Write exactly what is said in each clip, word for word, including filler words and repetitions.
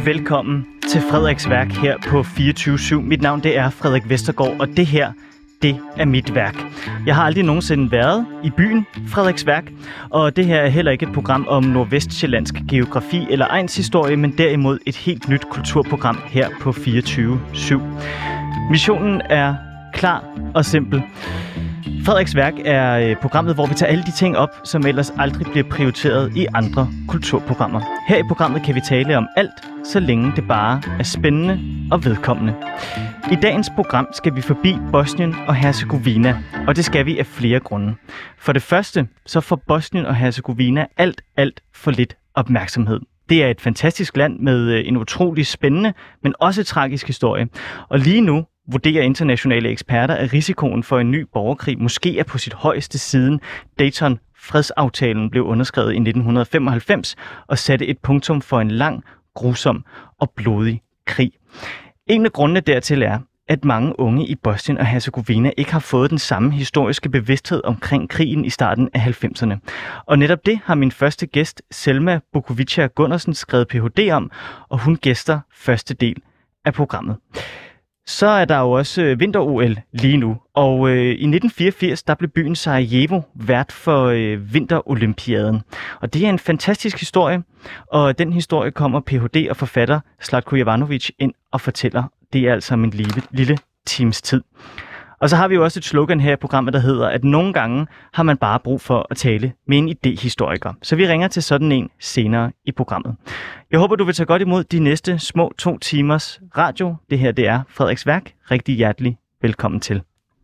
velkommen til Frederiks Værk her på fireogtyve syv. Mit navn det er Frederik Vestergaard, og det her, det er mit værk. Jeg har aldrig nogensinde været i byen Frederiks Værk, og det her er heller ikke et program om nordvestsjællandsk geografi eller egnshistorie, men derimod et helt nyt kulturprogram her på fireogtyve syv. Missionen er klar og simpel. Frederiks Værk er programmet, hvor vi tager alle de ting op, som ellers aldrig bliver prioriteret i andre kulturprogrammer. Her i programmet kan vi tale om alt, så længe det bare er spændende og vedkommende. I dagens program skal vi forbi Bosnien og Herzegovina, og det skal vi af flere grunde. For det første, så får Bosnien og Herzegovina alt, alt for lidt opmærksomhed. Det er et fantastisk land med en utrolig spændende, men også tragisk historie. Og lige nu vurderer internationale eksperter, at risikoen for en ny borgerkrig måske er på sit højeste siden Dayton-fredsaftalen blev underskrevet i nitten femoghalvfems og satte et punktum for en lang, grusom og blodig krig. En af grundene dertil er, at mange unge i Bosnien og Herzegovina ikke har fået den samme historiske bevidsthed omkring krigen i starten af halvfemserne. Og netop det har min første gæst, Selma Bukovica Gundersen, skrevet P H D om, og hun gæster første del af programmet. Så er der jo også vinter-O L lige nu, og øh, i nitten fireogfirs der blev byen Sarajevo vært for øh, vinterolympiaden. Og det er en fantastisk historie, og den historie kommer P H D og forfatter Zlatko Jovanovic ind og fortæller. Det er altså min lille, lille times tid. Og så har vi jo også et slogan her i programmet, der hedder, at nogle gange har man bare brug for at tale med en idéhistoriker. Så vi ringer til sådan en senere i programmet. Jeg håber, du vil tage godt imod de næste små to timers radio. Det her, det er Frederiks Værk. Rigtig hjertelig velkommen til.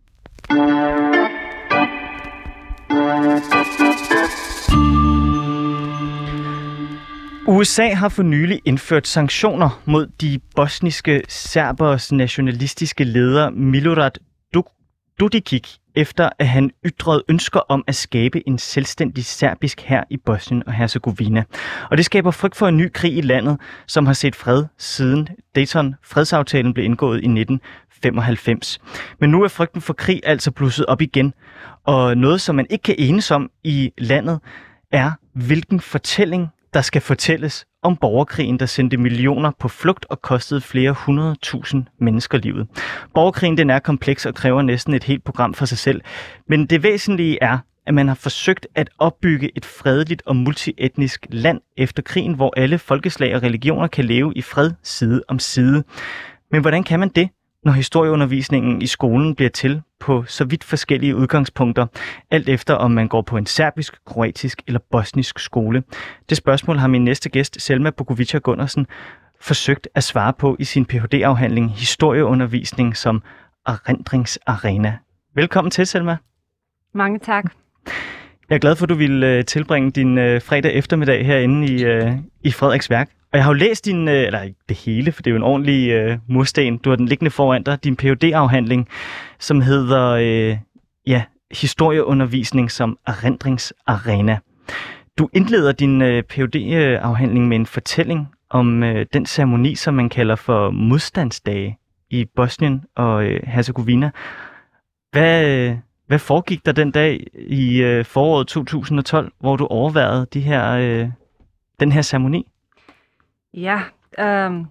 U S A har for nylig indført sanktioner mod de bosniske serbers nationalistiske leder Milorad Dodik, efter at han ytrede ønsker om at skabe en selvstændig serbisk hær i Bosnien og Herzegovina. Og det skaber frygt for en ny krig i landet, som har set fred siden Dayton-fredsaftalen blev indgået i nitten femoghalvfems. Men nu er frygten for krig altså blusset op igen, og noget, som man ikke kan enes om i landet, er, hvilken fortælling der skal fortælles om borgerkrigen, der sendte millioner på flugt og kostede flere hundrede tusind mennesker livet. Borgerkrigen den er kompleks og kræver næsten et helt program for sig selv. Men det væsentlige er, at man har forsøgt at opbygge et fredeligt og multietnisk land efter krigen, hvor alle folkeslag og religioner kan leve i fred side om side. Men hvordan kan man det, når historieundervisningen i skolen bliver til på så vidt forskellige udgangspunkter, alt efter om man går på en serbisk, kroatisk eller bosnisk skole? Det spørgsmål har min næste gæst, Selma Bukovica Gundersen, forsøgt at svare på i sin P H D-afhandling Historieundervisning som erindringsarena. Velkommen til, Selma. Mange tak. Jeg er glad for, at du ville tilbringe din fredag eftermiddag herinde i, i Frederiks Værk. Og jeg har jo læst din, eller ikke det hele, for det er jo en ordentlig øh, mursten. Du har den liggende foran dig, din P H D-afhandling, som hedder øh, ja, Historieundervisning som erindringsarena. Du indleder din øh, P H D-afhandling med en fortælling om øh, den ceremoni, som man kalder for modstandsdage i Bosnien og øh, Herzegovina. Hvad, øh, hvad foregik der den dag i øh, foråret to tusind og tolv, hvor du overværede de her, øh, den her ceremoni? Ja, øh,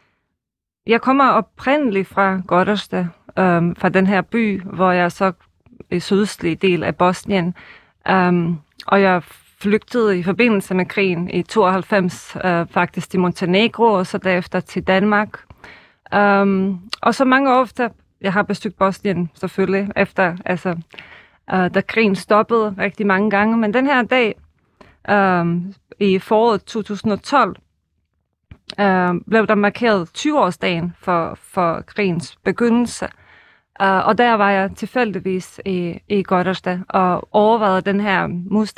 jeg kommer oprindeligt fra Goderstad, øh, fra den her by, hvor jeg så er sydøstlige del af Bosnien. Øh, og jeg flygtede i forbindelse med krigen i tooghalvfems, øh, faktisk til Montenegro, og så derefter til Danmark. Øh, og så mange år efter, jeg har besøgt Bosnien selvfølgelig, efter, altså, øh, da krigen stoppede rigtig mange gange. Men den her dag, øh, i foråret to tusind og tolv, Uh, blev der markeret tyve-årsdagen for, for krigens begyndelse. Uh, og der var jeg tilfældigvis i, i Goderstad og overvejede den her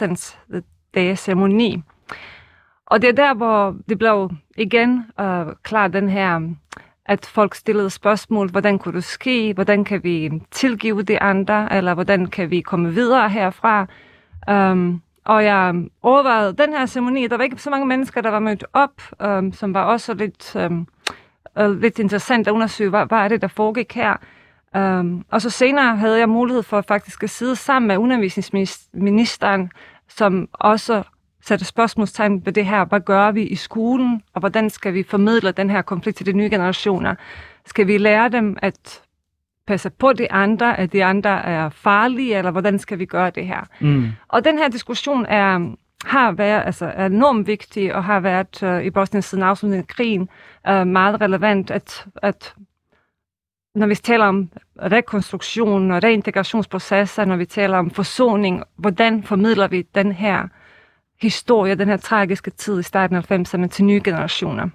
modstandsdagsceremoni. Og det er der, hvor det blev igen uh, klart den her, at folk stillede spørgsmål, hvordan kunne det ske, hvordan kan vi tilgive de andre, eller hvordan kan vi komme videre herfra. Um, Og jeg overvejede den her ceremoni. Der var ikke så mange mennesker, der var mødt op, øhm, som var også lidt, øhm, øh, lidt interessant at undersøge, hvad, hvad er det, der foregik her. Øhm, og så senere havde jeg mulighed for faktisk at sidde sammen med undervisningsministeren, som også sætte spørgsmålstegn ved det her. Hvad gør vi i skolen, og hvordan skal vi formidle den her konflikt til de nye generationer? Skal vi lære dem at passe på de andre, at de andre er farlige, eller hvordan skal vi gøre det her? Mm. Og den her diskussion er, har været, altså, er enormt vigtig, og har været uh, i Bosnien siden afslutningen af krigen uh, meget relevant, at, at når vi taler om rekonstruktion og reintegrationsprocesser, når vi taler om forsoning, hvordan formidler vi den her historie, den her tragiske tid i starten af halvfemserne til nye generationer?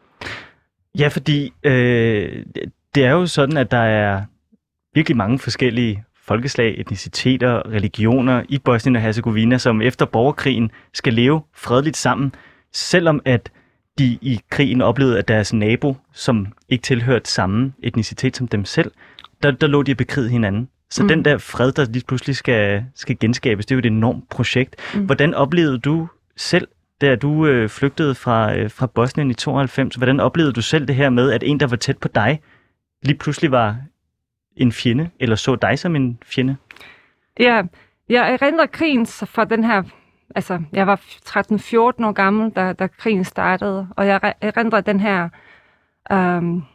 Ja, fordi øh, det er jo sådan, at der er virkelig mange forskellige folkeslag, etniciteter, religioner i Bosnien og Herzegovina, som efter borgerkrigen skal leve fredeligt sammen, selvom at de i krigen oplevede, at deres nabo, som ikke tilhørte samme etnicitet som dem selv, der, der lå de at bekrige hinanden. Så mm. den der fred, der lige pludselig skal, skal genskabes, det er jo et enormt projekt. Mm. Hvordan oplevede du selv, da du øh, flygtede fra, øh, fra Bosnien i tooghalvfems, hvordan oplevede du selv det her med, at en, der var tæt på dig, lige pludselig var en fjende, eller så dig som en fjende? Ja, jeg erindrer krigen fra den her, altså jeg var tretten fjorten år gammel, da, da krigen startede, og jeg erindrer den her øhm,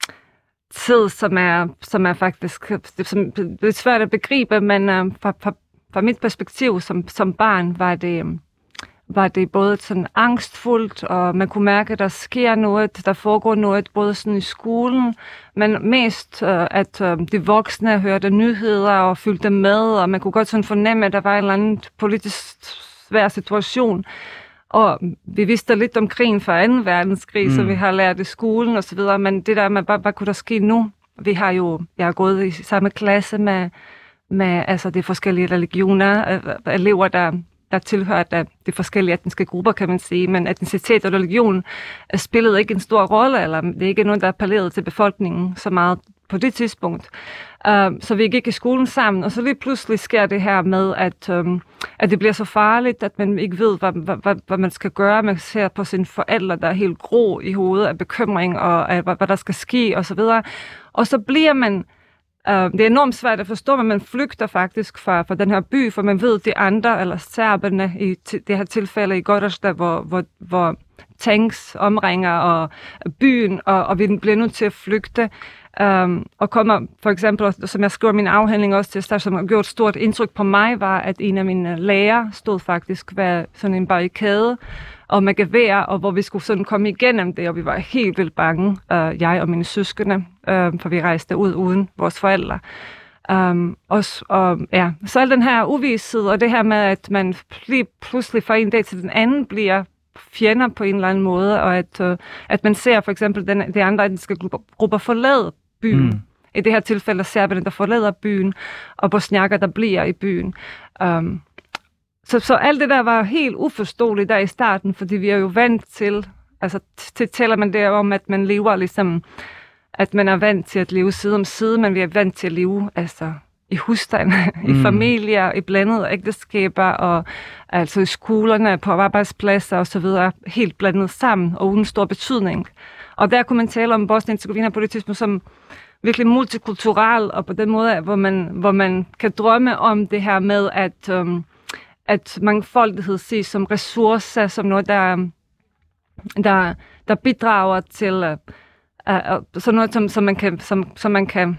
tid, som er, som er faktisk, som det er svært at begribe, men øhm, fra, fra, fra mit perspektiv som, som barn var det, var det både sådan angstfuldt, og man kunne mærke, at der sker noget, der foregår noget, både sådan i skolen, men mest, øh, at øh, de voksne hørte nyheder og fyldte med, og man kunne godt sådan fornemme, at der var en eller anden politisk svær situation. Og vi vidste lidt om krigen fra anden verdenskrig, mm. så vi har lært i skolen og så videre, men det der med, hvad, hvad kunne der ske nu? Vi har jo, jeg har gået i samme klasse med, med altså de forskellige religioner, øh, elever, der der tilhørte de forskellige etniske grupper, kan man sige, men etnicitet og religion spillede ikke en stor rolle, eller det er ikke noget, der appellerede til befolkningen så meget på det tidspunkt. Uh, så vi gik i skolen sammen, og så lige pludselig sker det her med, at, um, at det bliver så farligt, at man ikke ved, hvad, hvad, hvad man skal gøre. Man ser på sine forældre, der er helt grå i hovedet af bekymring, og af, hvad, hvad der skal ske, osv. Og så bliver man Uh, det er enormt svært at forstå, men man flygter faktisk fra, fra den her by, for man ved, de andre, eller serberne i t- det her tilfælde i Gorazda, hvor, hvor, hvor tanks omringer og byen, og, og vi bliver nødt til at flygte. Um, og kommer for eksempel, som jeg skriver min afhandling også til start, som har gjort et stort indtryk på mig, var, at en af mine lærere stod faktisk ved sådan en barrikade, og med gevær, og hvor vi skulle sådan komme igennem det, og vi var helt vildt bange, uh, jeg og mine søskende, uh, for vi rejste ud uden vores forældre. Um, og, og ja, så al den her uvished, og det her med, at man lige pludselig fra en dag til den anden bliver fjender på en eller anden måde, og at, uh, at man ser for eksempel den, de andre etniske grupper, grupper forlade byen. Mm. I det her tilfælde serberne, der forlader byen, og bosniakker, der bliver i byen. Um, Så, så alt det der var helt uforståeligt der i starten, fordi vi er jo vant til, altså til taler man der om, at man lever ligesom, at man er vant til at leve side om side, men vi er vant til at leve altså i husstand, mm. i familier, i blandede ægteskaber, og altså i skolerne, på arbejdspladser og så videre, helt blandet sammen og uden stor betydning. Og der kunne man tale om Bosnien-Herzegovina på det tidspunkt som virkelig multikulturel, og på den måde, hvor man, hvor man kan drømme om det her med, at um, at mangfoldighed ses som ressourcer, som noget, der, der, der bidrager til uh, uh, sådan noget, som, som, man kan, som, som man kan,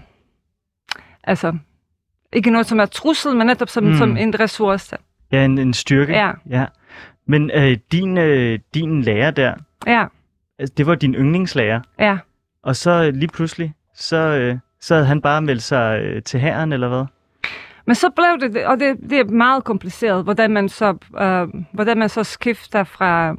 altså, ikke noget, som er trussel, men netop som, mm. som en ressource. Ja, en, en styrke. Ja. ja. Men øh, din, øh, din lærer der, ja. altså, det var din yndlingslærer. Ja. Og så lige pludselig, så, øh, så havde han bare meldt sig øh, til hæren, eller hvad? Men så blev det, og det, det er meget kompliceret, hvordan man så, øh, hvordan man så skifter fra...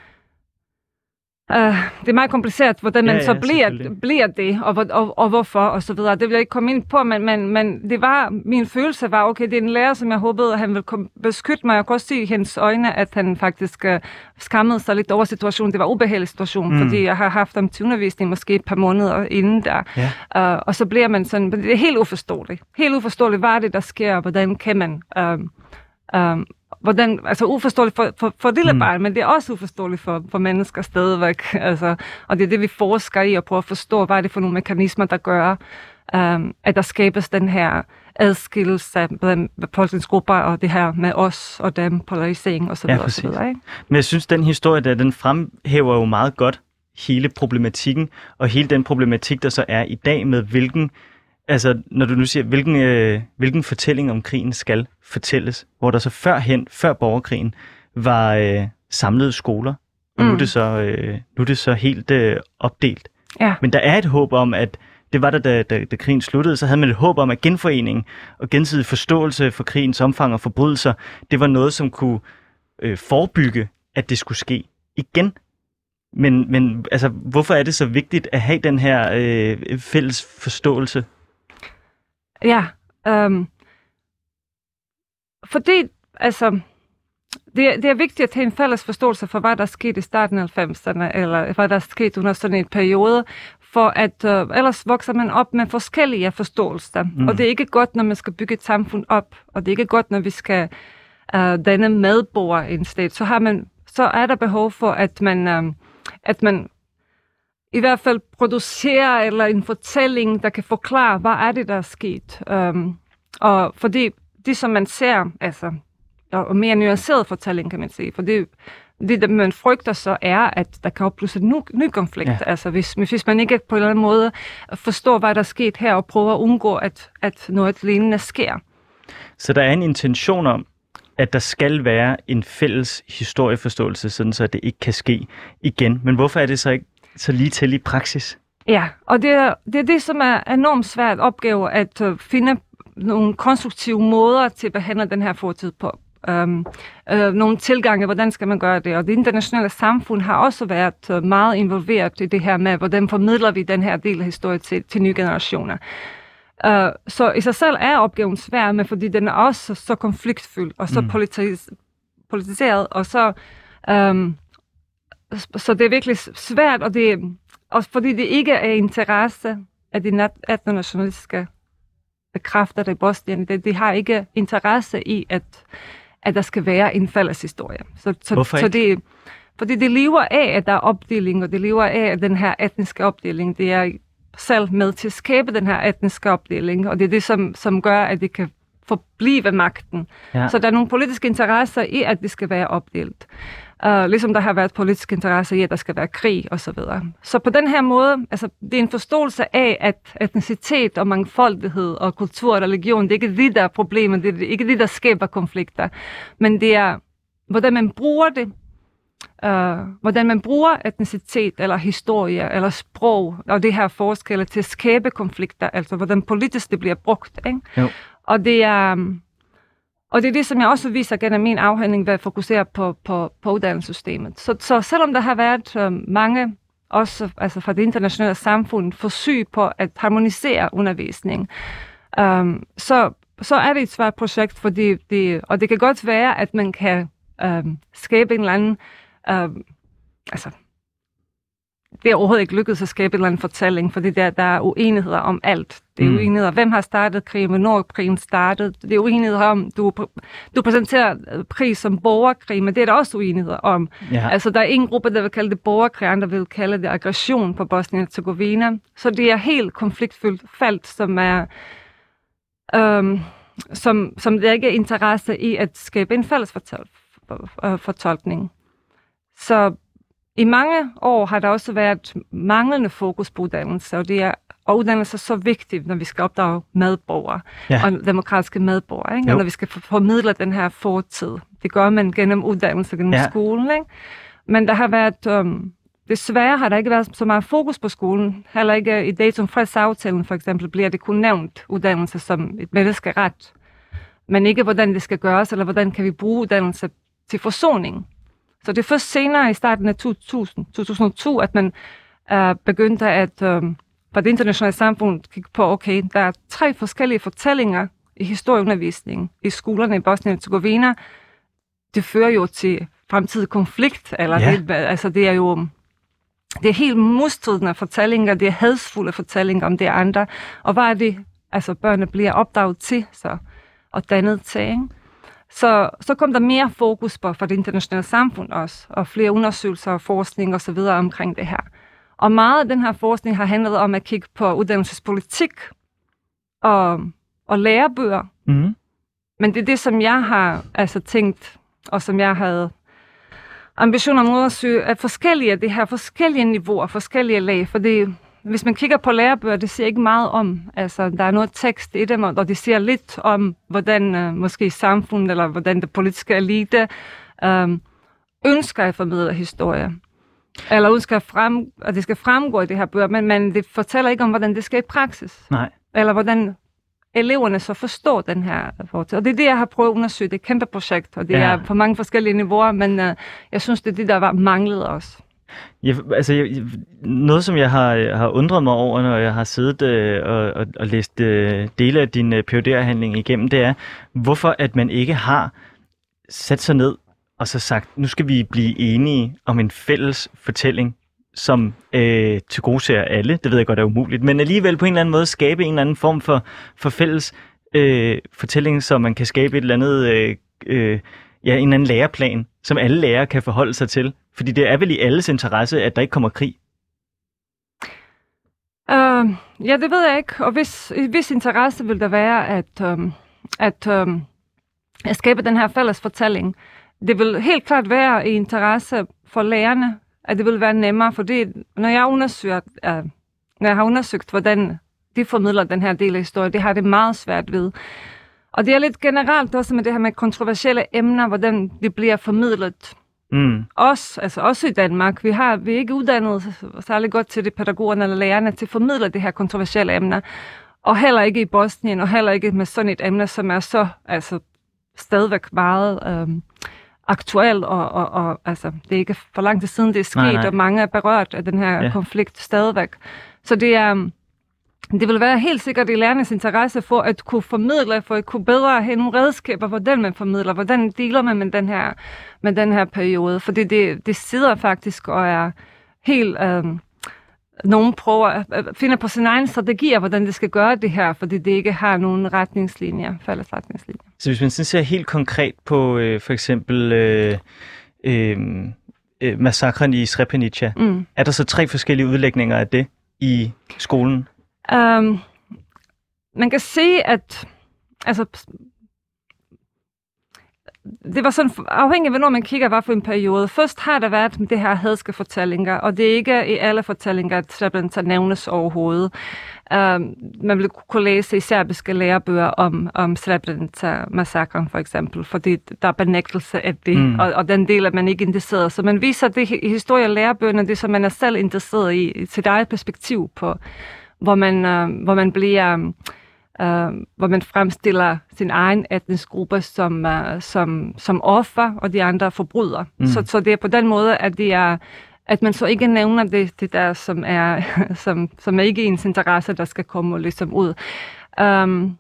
Øh, det er meget kompliceret, hvordan man ja, så ja, bliver, bliver det, og, og, og hvorfor, og så videre. Det vil jeg ikke komme ind på, men, men, men det var, min følelse var, okay, det er en lærer, som jeg håbede, at han ville komme, beskytte mig. Jeg kunne også se i hendes øjne, at han faktisk øh, skammede sig lidt over situationen. Det var en ubehagelig situation, mm. fordi jeg har haft ham til undervisning måske et par måneder inden der. Ja. Øh, og så bliver man sådan, det er helt uforståeligt. Helt uforståeligt, hvad er det, der sker, og hvordan kan man... Øh, øh, Hvordan, altså uforståeligt for, for, for lille barn, mm. men det er også uforståeligt for, for mennesker stadigvæk. Altså, og det er det, vi forsker i og prøver at forstå, hvad er det for nogle mekanismer, der gør, um, at der skabes den her adskillelse blandt befolkningsgrupper, og det her med os og dem, polarisering osv. Ja, præcis. Men jeg synes, den historie der, den fremhæver jo meget godt hele problematikken, og hele den problematik, der så er i dag med hvilken, altså når du nu siger, hvilken, øh, hvilken fortælling om krigen skal fortælles, hvor der så førhen, før borgerkrigen, var øh, samlede skoler, og mm. nu, er det så, øh, nu er det så helt øh, opdelt. Ja. Men der er et håb om, at det var der, da, da, da krigen sluttede, så havde man et håb om, at genforening og gensidig forståelse for krigens omfang og forbrydelser, det var noget, som kunne øh, forebygge, at det skulle ske igen. Men, men altså, hvorfor er det så vigtigt at have den her øh, fælles forståelse? Ja, øhm, fordi altså, det, er, det er vigtigt at have en fælles forståelse for, hvad der skete i starten af halvfemserne, eller hvad der skete under sådan en periode, for at øh, ellers vokser man op med forskellige forståelser. Mm. Og det er ikke godt, når man skal bygge et samfund op, og det er ikke godt, når vi skal øh, danne medborgere i en stat. Så, har man, så er der behov for, at man, øh, at man i hvert fald producerer eller en fortælling, der kan forklare, hvad er det, der er sket. Um, og fordi det, som man ser, altså, og mere nuanceret fortælling, kan man sige, for det, det, man frygter så, er, at der kan opblusse en ny konflikt. Ja. Altså, hvis, hvis man ikke på en eller anden måde forstår, hvad der er sket her, og prøver at undgå, at, at noget lignende sker. Så der er en intention om, at der skal være en fælles historieforståelse, sådan så det ikke kan ske igen. Men hvorfor er det så ikke så lige til i praksis? Ja, og det er, det er det, som er enormt svært opgave, at uh, finde nogle konstruktive måder til at behandle den her fortid på. Um, uh, nogle tilgange, hvordan skal man gøre det? Og det internationale samfund har også været uh, meget involveret i det her med, hvordan formidler vi den her del af historien til, til nye generationer. Uh, så i sig selv er opgaven svær, men fordi den er også så konfliktfyldt og så mm. politis- politiseret, og så um, Så det er virkelig svært, og det er også fordi det ikke er interesse af de etnonationalistiske kræfter der i Bosnien. De, de har ikke interesse i, at, at der skal være en fælles historie. Så, så, Hvorfor så ikke? det, fordi det lever af, at der er opdeling, og det lever af, at den her etniske opdeling, det er selv med til at skabe den her etniske opdeling, og det er det, som, som gør, at det kan forblive magten. Ja. Så der er nogle politiske interesser i, at det skal være opdelt. Uh, ligesom der har været politiske interesser i, at der skal være krig og så videre. Så på den her måde, altså det er en forståelse af, at etnicitet og mangfoldighed og kultur og religion, det er ikke det, der er problemet, det er ikke det, der skaber konflikter, men det er, hvordan man bruger det, uh, hvordan man bruger etnicitet eller historie eller sprog og det her forskelle til at skabe konflikter, altså hvordan politisk det bliver brugt, ikke? Jo. Og det er... Og det er det, som jeg også viser gennem min afhandling, ved at fokusere på, på, på uddannelsessystemet. Så, så selvom der har været øh, mange, også altså fra det internationale samfund, forsøg på at harmonisere undervisning, øh, så, så er det et svært projekt, fordi det, og det kan godt være, at man kan øh, skabe en eller anden... Øh, altså, det er overhovedet ikke lykkedes at skabe en eller anden fortælling, fordi der, der er uenigheder om alt. Det er mm. uenigheder, hvem har startet krigen, hvornår krigen startede. Det er uenigheder om, du, du præsenterer krig som borgerkrig, men det er der også uenigheder om. Ja. Altså, der er en gruppe, der vil kalde det borgerkrig, andre vil kalde det aggression på Bosnien-Herzegovina. Så det er helt konfliktfyldt felt, som er... Øhm, som, som der ikke er interesse i at skabe en fælles fortol- fortolkning. Så i mange år har der også været manglende fokus på uddannelse, og det er og uddannelse er så vigtigt, når vi skal opdrage medborgere, ja. og demokratiske medborgere, ikke? Og når vi skal formidle den her fortid. Det gør man gennem uddannelse, gennem ja. skolen, ikke? Men der har været, um, desværre har der ikke været så meget fokus på skolen. Heller ikke i Dayton Fredsaftalen for eksempel bliver det kun nævnt uddannelse som et menneskeret, men ikke hvordan det skal gøres, eller hvordan kan vi bruge uddannelse til forsoning. Så det er først senere i starten af to tusind, to tusind og to, at man uh, begyndte at um, fra det internationale samfund kigge på, okay, der er tre forskellige fortællinger i historieundervisningen i skolerne i Bosnien-Herzegovina. Det fører jo til fremtidig konflikt, eller ja. det, altså det er jo det er helt modstridende fortællinger, det er hadsfulde fortællinger om det andre, og hvad er det, altså børnene bliver opdraget til, så, og dannet til, ikke? Så, så kom der mere fokus på for det internationale samfund også, og flere undersøgelser og forskning og så videre omkring det her. Og meget af den her forskning har handlet om at kigge på uddannelsespolitik, og, og lærebøger. Mm. Men det er det, som jeg har altså, tænkt, og som jeg havde ambitioner om at undersøge, at forskellige af det her, forskellige niveauer, forskellige lag, for det, hvis man kigger på lærebøger, det siger ikke meget om, altså der er noget tekst i dem, og det siger lidt om, hvordan øh, måske samfundet, eller hvordan det politiske elite øh, ønsker at formidle historie. Eller ønsker at, frem, at det skal fremgå i det her bøger, men, men det fortæller ikke om, hvordan det skal i praksis. Nej. Eller hvordan eleverne så forstår den her fortid. Og det er det, jeg har prøvet at undersøge. Det er et kæmpe projekt, og det ja. er på mange forskellige niveauer, men uh, jeg synes, det er det, der var manglet også. Ja, altså, jeg, noget, som jeg har, har undret mig over, når jeg har siddet øh, og, og, og læst øh, dele af din øh, P H D-afhandling igennem, det er, hvorfor at man ikke har sat sig ned og så sagt, nu skal vi blive enige om en fælles fortælling, som øh, tilgodeser alle. Det ved jeg godt er umuligt, men alligevel på en eller anden måde skabe en eller anden form for, for fælles øh, fortælling, så man kan skabe et eller andet, øh, øh, ja, en eller anden læreplan, som alle lærere kan forholde sig til. Fordi det er vel i alles interesse, at der ikke kommer krig? Uh, ja, det ved jeg ikke. Og hvis, i vis interesse vil der være at, um, at, um, at skabe den her fælles fortælling. Det vil helt klart være i interesse for lærerne, at det vil være nemmere, fordi når jeg, undersøger, uh, når jeg har undersøgt, hvordan de formidler den her del af historien, det har det meget svært ved. Og det er lidt generelt også med det her med kontroversielle emner, hvordan det bliver formidlet. Mm. Også, altså også i Danmark. Vi, har, vi er ikke uddannet særlig godt til det, pædagogerne eller lærerne, til at formidle det her kontroversielle emner. Og heller ikke i Bosnien, og heller ikke med sådan et emne, som er så altså, stadigvæk meget øhm, aktuelt. Og, og, og altså, det er ikke for lang tid siden, det er sket, nej, nej. Og mange er berørt af den her ja. konflikt stadigvæk. Så det er... Det vil være helt sikkert i lærernes interesse for at kunne formidle, for at kunne bedre have nogle redskaber, hvordan man formidler, hvordan deler man med den her, med den her periode. Fordi det, det sidder faktisk og er helt... Øh, nogen prøver at finde på sin egen strategier, hvordan det skal gøre det her, fordi det ikke har nogen retningslinjer, fælles retningslinjer. Så hvis man sådan ser helt konkret på øh, for eksempel øh, øh, øh, massakren i Srebrenica, mm. er der så tre forskellige udlægninger af det i skolen? Um, man kan se, at altså, det var sådan afhængigt af, hvornår man kigger, hvad for en periode. Først har der været det her hadske fortællinger, og det er ikke i alle fortællinger, at Srebrenica nævnes overhovedet. Um, man vil kunne læse i serbiske lærebøger om, om Srebrenica-massakren for eksempel, fordi der er benægtelse af det, mm. og, og den del er man ikke interesseret. Så man viser det i historie- og lærebøgerne, det som man er selv interesseret i, i sit eget perspektiv på, hvor man, øh, hvor man bliver, øh, hvor man fremstiller sin egen etnisk gruppe som, øh, som, som offer, og de andre forbryder. Mm. Så, så det er på den måde, at, det er, at man så ikke nævner det, det der, som er, som, som er ikke ens interesse, der skal komme ligesom ud. Um,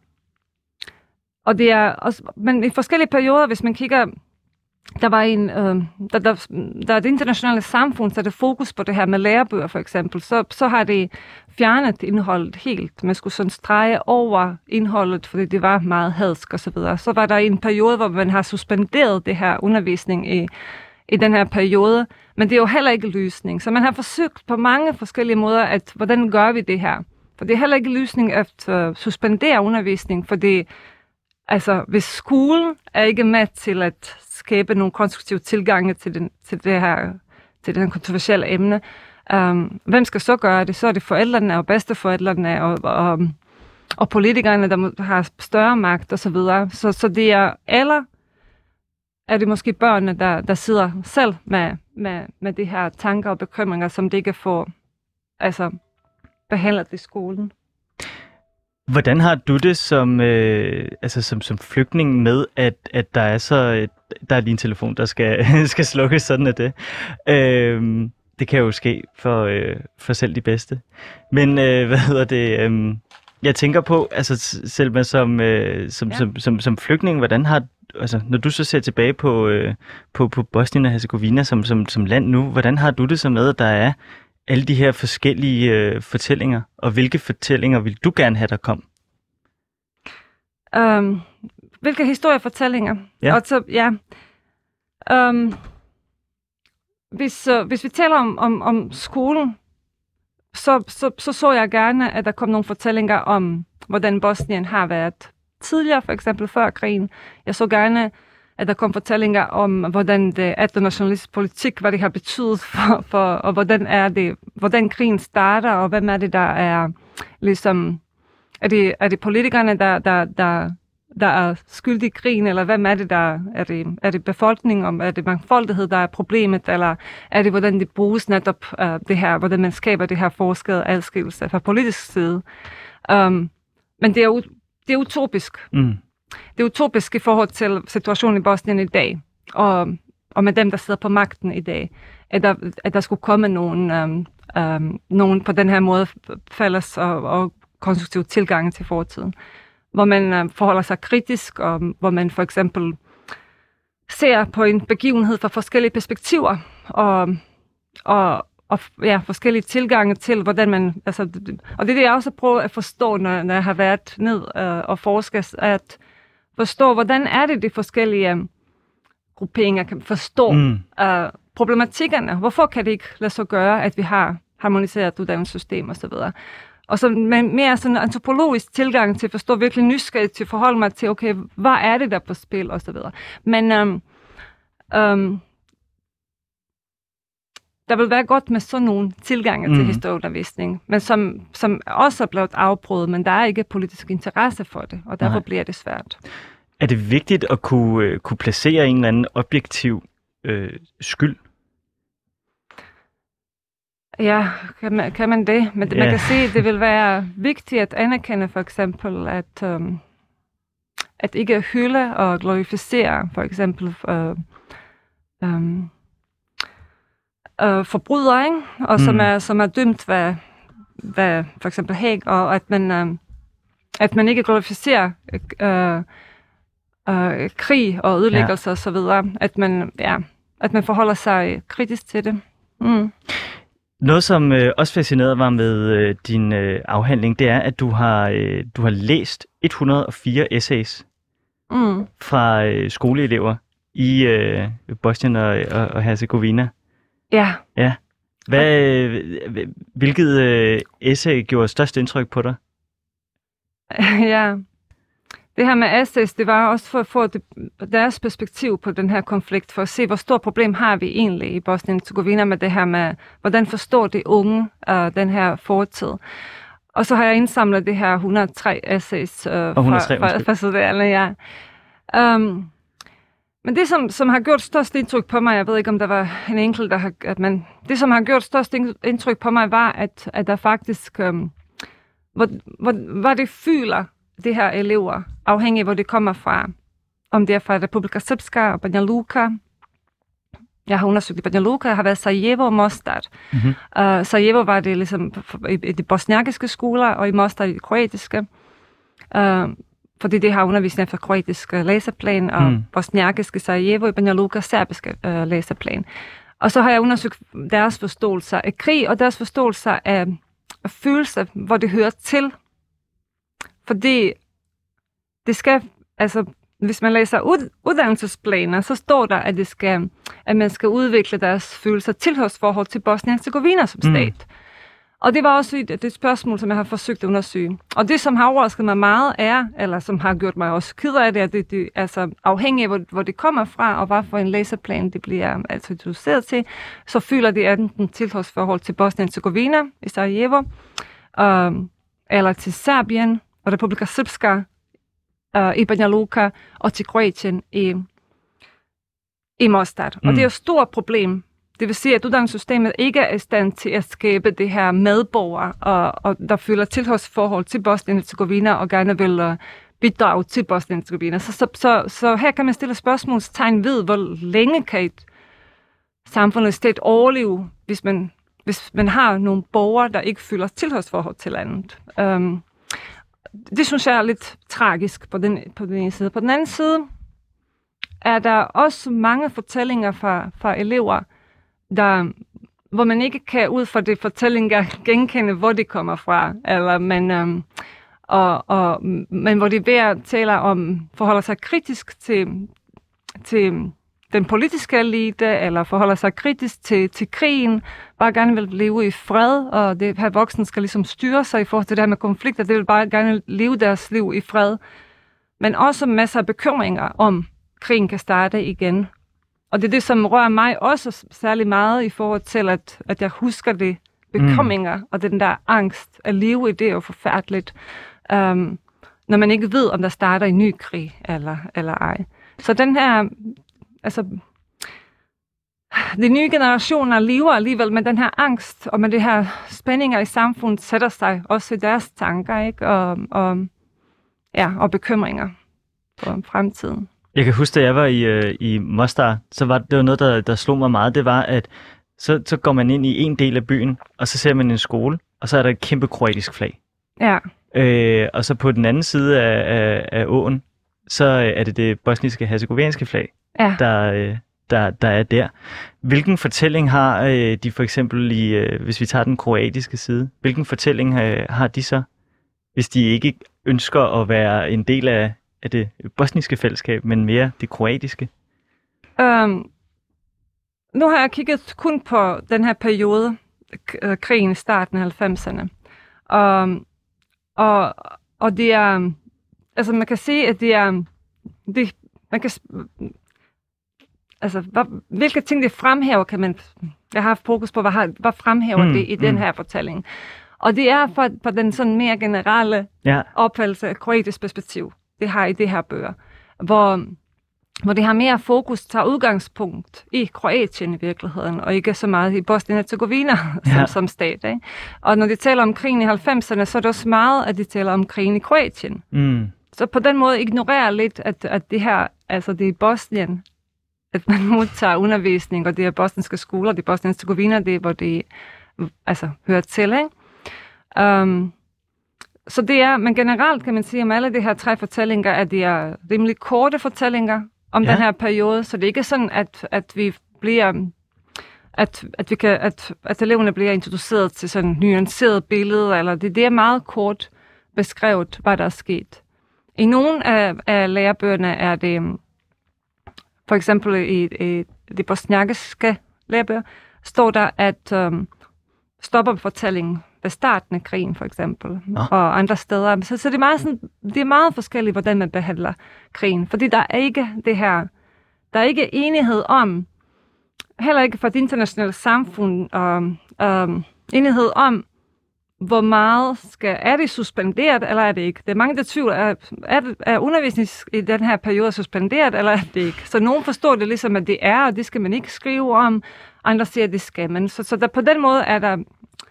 og det er også, men i forskellige perioder, hvis man kigger, der var en, øh, der, der, der er det internationale samfund, så er det fokus på det her med lærebøger for eksempel, så, så har det fjernet indholdet helt. Man skulle sådan strege over indholdet, fordi det var meget hadsk og så videre. Så var der en periode, hvor man har suspenderet det her undervisning i, i den her periode, men det er jo heller ikke løsning. Så man har forsøgt på mange forskellige måder, at hvordan gør vi det her? For det er heller ikke løsning at uh, suspendere undervisning, fordi altså, hvis skolen er ikke med til at skabe nogle konstruktive tilgange til, den, til det her til den kontroversielle emne, um, hvem skal så gøre det? Så er det forældrene og bedsteforældrene og, og, og politikerne, der har større magt og så videre. Så, så det er, eller er det måske børnene, der, der sidder selv med, med, med de her tanker og bekymringer, som de ikke får altså, behandlet i skolen. Hvordan har du det som, øh, altså som, som flygtning med, at, at der er så der er lige en telefon, der skal, skal slukkes, sådan er det. Øh, det kan jo ske for, øh, for selv de bedste. Men øh, hvad hedder det? Øh, jeg tænker på, altså selv som, øh, som, ja. som, som, som flygtning, hvordan har altså når du så ser tilbage på, øh, på, på Bosnien og Herzegovina som, som, som land nu, hvordan har du det så med, at der er alle de her forskellige øh, fortællinger, og hvilke fortællinger vil du gerne have, der kom? Um, hvilke historiefortællinger? Ja. Og så, ja. Um, hvis, uh, hvis vi taler om, om, om skolen, så, så, så så jeg gerne, at der kom nogle fortællinger om, hvordan Bosnien har været tidligere, for eksempel før krigen. Jeg så gerne, at der kom fortællinger om, hvordan det etnonationalistisk politik, hvad det har betydet for, for og hvordan er det, hvordan krigen starter, og hvem er det, der er ligesom, er det, er det politikerne, der, der, der, der er skyldige i krigen, eller hvem er det, der er det, er det befolkningen, om er det mangfoldighed, der er problemet, eller er det, hvordan det bruges netop uh, det her, hvordan man skaber det her forskede adskillelse fra politisk side. Um, men det er, det er utopisk. Mm. Det er utopisk i forhold til situationen i Bosnien i dag, og, og med dem, der sidder på magten i dag, at der, at der skulle komme nogen, um, um, nogen på den her måde fælles og, og konstruktiv tilgang til fortiden, hvor man uh, forholder sig kritisk, og hvor man for eksempel ser på en begivenhed fra forskellige perspektiver, og, og, og ja, forskellige tilgange til, hvordan man, altså, og det er det, jeg også prøver at forstå, når, når jeg har været ned uh, og forsket, at forstå, hvordan er det, de forskellige um, grupperinger kan forstå mm. uh, problematikkerne. Hvorfor kan det ikke lade sig gøre, at vi har harmoniseret uddannelsessystem og så videre. Og så med mere sådan en antropologisk tilgang til at forstå virkelig nysgerrig, til at forholde mig til, okay, hvad er det der på spil og så videre. Men um, um, der vil være godt med sådan nogle tilgange mm. til historieundervisning, men som, som også er blevet afbrudt, men der er ikke politisk interesse for det, og derfor Nej. bliver det svært. Er det vigtigt at kunne, kunne placere en eller anden objektiv øh, skyld? Ja, kan man, kan man det? Men yeah. man kan sige, at det vil være vigtigt at anerkende for eksempel, at, um, at ikke hylde og glorificere for eksempel uh, um, uh, forbrydere, ikke? Og mm. som, er, som er dømt ved, ved for eksempel Haag, og at man, um, at man ikke glorificerer uh, uh, krig og ødelæggelse ja. og så videre. At man, ja, at man forholder sig kritisk til det. Mm. Noget, som øh, også fascinerede mig med øh, din øh, afhandling, det er, at du har, øh, du har læst et hundrede og fire essays mm. fra øh, skoleelever i øh, Bosnien og, og, og Herzegovina. Ja. Ja. Hvad, øh, hvilket øh, essay gjorde størst indtryk på dig? Ja. Det her med essays, det var også for at få deres perspektiv på den her konflikt, for at se, hvor stort problem har vi egentlig i Bosnien-Herzegovina med det her med, hvordan forstår de unge uh, den her fortid. Og så har jeg indsamlet det her et hundrede og tre essays uh, hundrede og tre, fra, fra, fra studerende, ja. Um, men det, som, som har gjort størst indtryk på mig, jeg ved ikke, om der var en enkelt, der har, at man, det, som har gjort størst indtryk på mig, var, at, at der faktisk, um, hvor, hvor, hvor det føler, de her elever, afhængig af, hvor de kommer fra. Om det er fra Republika Srpska og Banja Luka. Jeg har undersøgt i Banja Luka, jeg har været i Sarajevo og Mostar. Mm-hmm. Uh, Sarajevo var det ligesom i, i de bosniakiske skoler, og i Mostar i de kroatiske. Uh, fordi det har undervisning for kroatisk læseplan, og mm. bosniakisk i Sarajevo, i Banja Luka serbiske uh, læseplan. Og så har jeg undersøgt deres forståelser af krig, og deres forståelser af, af følelser, hvor det hører til. Fordi det skal, altså, hvis man læser ud, uddannelsesplaner, så står der, at, det skal, at man skal udvikle deres følelser tilhørsforhold til Bosnien-Herzegovina som stat. Mm. Og det var også et, det spørgsmål, som jeg har forsøgt at undersøge. Og det, som har overrasket mig meget, er, eller som har gjort mig også ked af det, at det, det altså afhængig af, hvor, hvor det kommer fra, og hvad for en læseplan det bliver altså introduceret til, så føler det enten tilhørsforhold til Bosnien-Herzegovina i Sarajevo, øh, eller til Serbien, og Republika Srpska uh, i Banja Luka, og til Kroatien i, i Mostar. Mm. Og det er et stort problem. Det vil sige, at uddannelsessystemet ikke er i stand til at skabe det her medborgere, og, og der føler tilhørsforhold til Bosnien-Herzegovina, og gerne vil uh, bidrage til Bosnien-Herzegovina. Så, så, så, så her kan man stille spørgsmålstegn ved, hvor længe kan et samfund et sted overleve, hvis man, hvis man har nogle borgere, der ikke føler tilhørsforhold til landet. Um, Det synes jeg er lidt tragisk på den, på den ene side. På den anden side er der også mange fortællinger fra, fra elever, der, hvor man ikke kan ud fra de fortællinger genkende, hvor de kommer fra. Eller man, øhm, og, og, men hvor de ved at tale om, forholder sig kritisk til, til den politiske elite, eller forholder sig kritisk til, til krigen, bare gerne vil leve i fred, og det her voksne skal ligesom styre sig i forhold til det her med konflikter, det vil bare gerne leve deres liv i fred. Men også masser af bekymringer om, krigen kan starte igen. Og det er det, som rører mig også særlig meget i forhold til, at, at jeg husker det bekymringer, mm. og den der angst at leve i det er jo forfærdeligt, um, når man ikke ved, om der starter en ny krig eller, eller ej. Så den her, altså, de nye generationer lever alligevel med den her angst, og med det her spændinger i samfundet sætter sig også i deres tanker, ikke? Og, og, ja, og bekymringer på fremtiden. Jeg kan huske, da jeg var i, øh, i Mostar, så var det var noget, der, der slog mig meget. Det var, at så, så går man ind i en del af byen, og så ser man en skole, og så er der et kæmpe kroatisk flag. Ja. Øh, og så på den anden side af, af, af åen, så er det det bosniske herzegovianske flag, ja. der, øh, der, der er der. Hvilken fortælling har øh, de for eksempel, i, øh, hvis vi tager den kroatiske side, hvilken fortælling øh, har de så, hvis de ikke ønsker at være en del af, af det bosniske fællesskab, men mere det kroatiske? Um, nu har jeg kigget kun på den her periode, k- krigen i starten af halvfemserne. Um, og, og det er, altså man kan se, at det er, det, man kan, altså hvad, hvilke ting det fremhæver, kan man, jeg har haft fokus på, hvad, har, hvad fremhæver mm, det i mm. den her fortælling. Og det er for, for den sådan mere generelle ja. opfattelse af kroatisk perspektiv, det har i det her bøger, hvor, hvor det har mere fokus, tager udgangspunkt i Kroatien i virkeligheden, og ikke så meget i Bosnien-Herzegovina som, ja. som stat. Ikke? Og når de taler om krigen i halvfemserne, så er det også meget, at de taler om krigen i Kroatien. Mm. Så på den måde ignorerer lidt, at, at det her, altså det er Bosnien, at man modtager undervisning, og det er bosniske skoler, det er Bosnien-Herzegovina, det er, hvor det altså, hører til, ikke? Um, så det er, men generelt kan man sige om alle de her tre fortællinger, at det er rimelig korte fortællinger om ja. den her periode, så det er ikke sådan, at, at vi bliver, at, at, vi kan, at, at eleverne bliver introduceret til sådan et nuanceret billede, eller det, det er meget kort beskrevet, hvad der er sket. I nogle af, af lærebøgerne er det, for eksempel i, i de bosniakiske lærebøger, står der, at um, stopper fortællingen ved starten af krigen, for eksempel, ja. og andre steder. Så, så det, er meget sådan, det er meget forskelligt, hvordan man behandler krigen. Fordi der er ikke det her, der er ikke enighed om, heller ikke for det internationale samfund, um, um, enighed om, hvor meget skal, er det suspenderet, eller er det ikke? Det er mange, der tvivler, er, er, er undervisning i den her periode suspenderet, eller er det ikke? Så nogen forstår det ligesom, at det er, og det skal man ikke skrive om. Andre siger, at det skal man. Så, så der, på den måde er der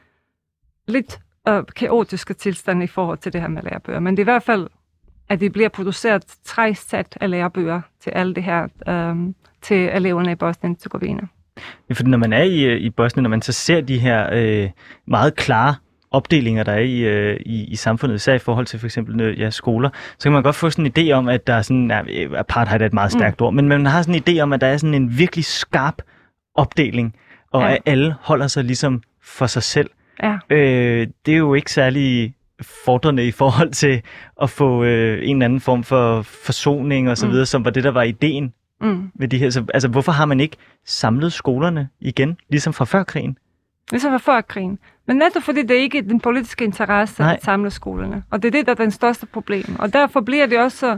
lidt øh, kaotiske tilstande i forhold til det her med lærebøger. Men det er i hvert fald, at det bliver produceret tre sæt af lærebøger til alle det her, øh, til eleverne i Bosnien-Herzegovina. Ja, for når man er i, i Bosnien, når man så ser de her øh, meget klare opdelinger, der er i, øh, i, i samfundet, især i forhold til for eksempel ja, skoler, så kan man godt få sådan en idé om, at der er sådan, ja, apartheid er et meget stærkt mm. ord, men man har sådan en idé om, at der er sådan en virkelig skarp opdeling, og ja. at alle holder sig ligesom for sig selv. Ja. Øh, det er jo ikke særlig fordrende i forhold til at få øh, en eller anden form for forsoning og så videre, mm. som var det, der var ideen mm. med de her. Så, altså, hvorfor har man ikke samlet skolerne igen, ligesom fra før krigen? Ligesom fra før krigen. Men netop fordi det ikke er den politiske interesse Nej. at samle skolerne. Og det er det, der er den største problem. Og derfor bliver det også,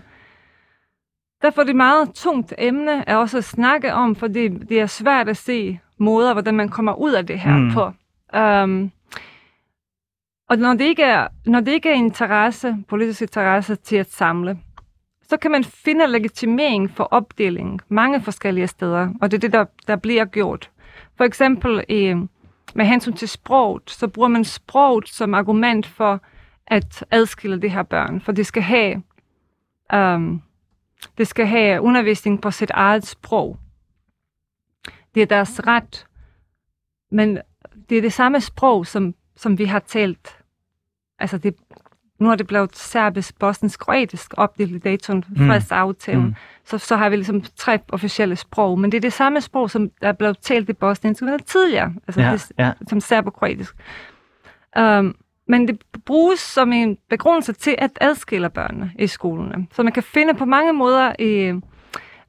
derfor er det meget tungt emne at også snakke om, fordi det er svært at se måder, hvordan man kommer ud af det her mm. på. Um, og når det, ikke er, når det ikke er interesse, politisk interesse til at samle, så kan man finde legitimering for opdeling mange forskellige steder, og det er det, der, der bliver gjort. For eksempel i, med hensyn til sproget, så bruger man sproget som argument for at adskille de her børn, for det skal have, um, det skal have undervisning på sit eget sprog. Det er deres ret, men det er det samme sprog, som, som vi har talt. Altså, det, nu er det blevet serbisk, bosnisk, kroatisk opdelt i Dayton fredsaftalen. Mm. Så, så har vi ligesom tre officielle sprog, men det er det samme sprog, som er blevet talt i Bosnien tidligere, altså ja, det, ja. som serbo-kroatisk. Um, men det bruges som en begrundelse til at adskille børnene i skolerne. Så man kan finde på mange måder i,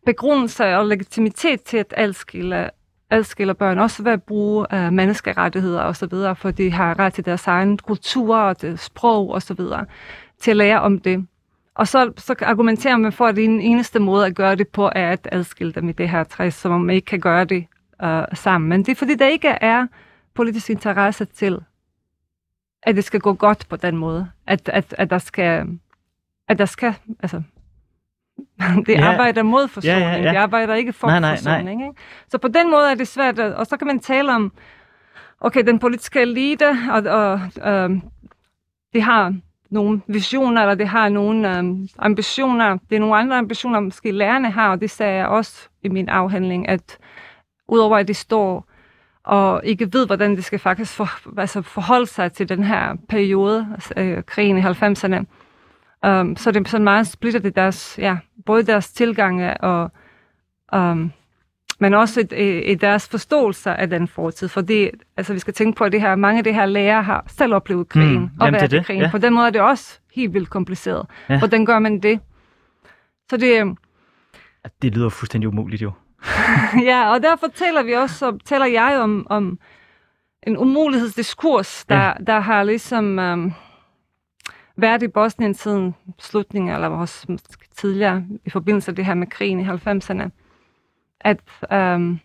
begrundelse og legitimitet til at adskille, adskille børn, også ved at bruge uh, menneskerettigheder og så videre, for de har ret til deres egen kultur og det sprog og så videre, til at lære om det. Og så, så argumenterer man for, at den eneste måde at gøre det på, er at adskille dem i det her træ, så man ikke kan gøre det uh, sammen. Men det er fordi, der ikke er politisk interesse til, at det skal gå godt på den måde. At, at, at der skal, at der skal, altså, det ja. arbejder mod forsoning, ja, ja, ja. det arbejder ikke for nej, nej, forsoning. Nej. Ikke? Så på den måde er det svært, at, og så kan man tale om, okay, den politiske elite, og, og øh, de har nogle visioner, eller det har nogle øh, ambitioner. Det er nogle andre ambitioner, måske lærerne har, og det sagde jeg også i min afhandling, at udover at de står og ikke ved, hvordan det skal faktisk for, altså forholde sig til den her periode, altså, øh, krigen i halvfemserne, um, så det er sådan meget splittet i deres, ja, både deres tilgange og um, men også i, i, i deres forståelse af den fortid. Fordi altså, vi skal tænke på, at det her, mange af de her lærere har selv oplevet krigen, mm, og været i krigen. Ja. På den måde er det også helt vildt kompliceret. Ja. Hvordan gør man det? Så det... Det lyder fuldstændig umuligt jo. Ja, og derfor taler vi også, så taler jeg om, om en umulighedsdiskurs, der, ja. der har ligesom um, været i Bosnien siden slutningen, eller også tidligere, i forbindelse med det her med krigen i halvfemserne. At, um,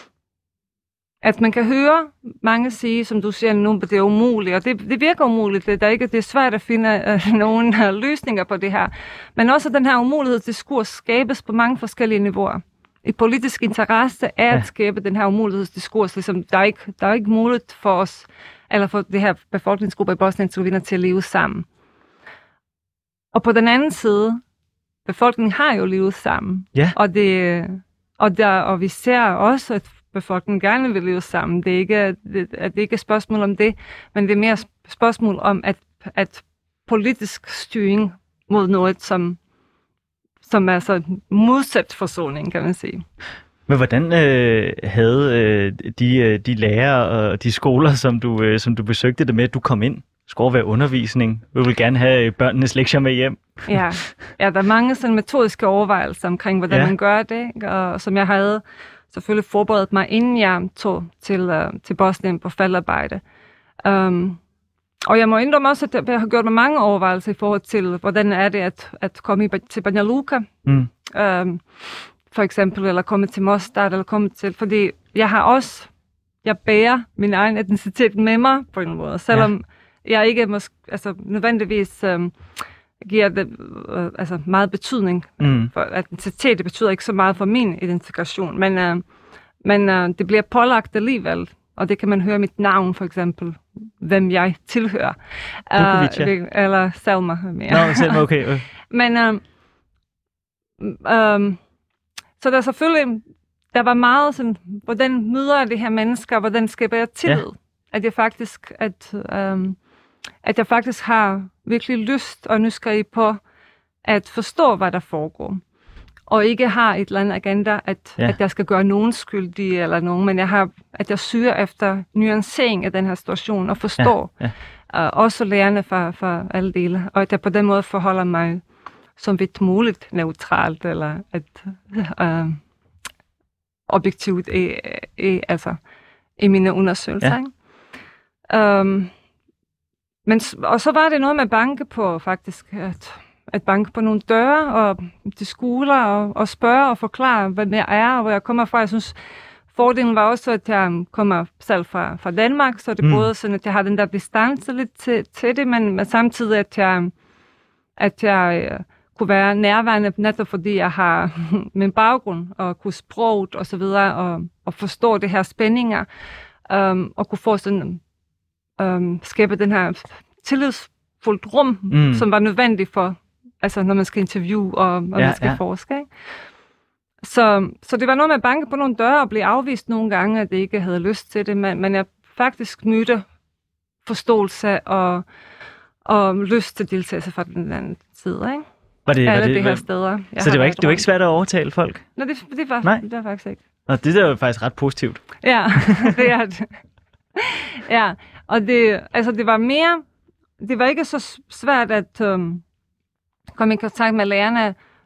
at man kan høre mange sige, som du siger nu, at det er umuligt, og det, det virker umuligt, det er, ikke, det er svært at finde uh, nogle uh, løsninger på det her. Men også den her umulighedsdiskurs skabes på mange forskellige niveauer. I politisk interesse er at skabe den her umulighedsdiskurs. Ligesom, der, er ikke, der er ikke muligt for os, eller for det her befolkningsgruppe i Bosnien-Hercegovina til at leve sammen. Og på den anden side, befolkningen har jo levet sammen. Ja. Og, det, og, der, og vi ser også, at befolkningen gerne vil leve sammen. Det er ikke, det, det er ikke et spørgsmål om det, men det er mere et spørgsmål om, at, at politisk styring mod noget, som som er så modsat forsoning, kan man sige. Men hvordan øh, havde øh, de, de lærere og de skoler, som du, øh, som du besøgte det med, du kom ind? Skulle være undervisning? Du vil gerne have børnenes lektier med hjem? Ja, ja der er mange sådan metodiske overvejelser omkring, hvordan ja. man gør det, og som jeg havde selvfølgelig forberedt mig, inden jeg tog til, uh, til Bosnien på feltarbejde. Um, Og jeg må indrømme også, at jeg har gjort mig mange overvejelser i forhold til, hvordan er det at, at komme i, til Banja Luka, mm. øhm, for eksempel, eller komme til Mostar, eller komme til, fordi jeg har også, jeg bærer min egen etnicitet med mig på en måde, selvom ja. jeg ikke måske, altså, nødvendigvis øhm, giver det øh, altså, meget betydning, mm. for etnicitet, det betyder ikke så meget for min identifikation, men, øh, men øh, det bliver pålagt alligevel. Og det kan man høre mit navn, for eksempel, hvem jeg tilhører. Bukovic, ja. uh, eller Selma. Nå, no, Selma, okay. okay. Men, um, um, så der selvfølgelig, der var meget sådan, hvordan møder jeg de her mennesker, hvordan skaber jeg tillid? Ja. At jeg faktisk, at, um, at jeg faktisk har virkelig lyst og nysgerrig på at forstå, hvad der foregår. Og ikke har et eller andet agenda, at, ja. at jeg skal gøre nogen skyldige eller nogen, men jeg har, at jeg søger efter nuancering af den her situation og forstår ja. Ja. Uh, også lærerne fra, fra alle dele, og at jeg på den måde forholder mig som vidt muligt neutralt eller at, uh, objektivt i, i, altså, i mine undersøgelser. Ja. Um, men, og så var det noget med banke på faktisk, at at banke på nogle døre og til skoler og, og spørge og forklare, hvad det er og hvor jeg kommer fra. Jeg synes, fordelen var også, at jeg kommer selv fra, fra Danmark, så det er mm. både sådan, at jeg har den der distance lidt til, til det, men, men samtidig, at jeg, at jeg øh, kunne være nærværende, netop fordi jeg har min baggrund og kunne sproget og så videre, og, og forstå det her spændinger, um, og kunne få sådan, um, skabe den her tillidsfuldt rum, mm. som var nødvendigt for, altså når man skal interviewe og når ja, man skal ja. forske. Ikke? Så, så det var noget med at banke på nogle døre og blive afvist nogle gange, at jeg ikke havde lyst til det, men, men jeg faktisk mødte forståelse og, og lyst til deltagelse fra den anden side. Ikke? Var det, Alle var det, de her var, steder. Så det var, ikke, det var ikke svært at overtale folk? Nej, det, det, var, Nej. det var faktisk ikke. Og det er jo faktisk ret positivt. Ja, det er det. Ja, og det, altså det var mere, det var ikke så svært at um, komme i kontakt med lærerne,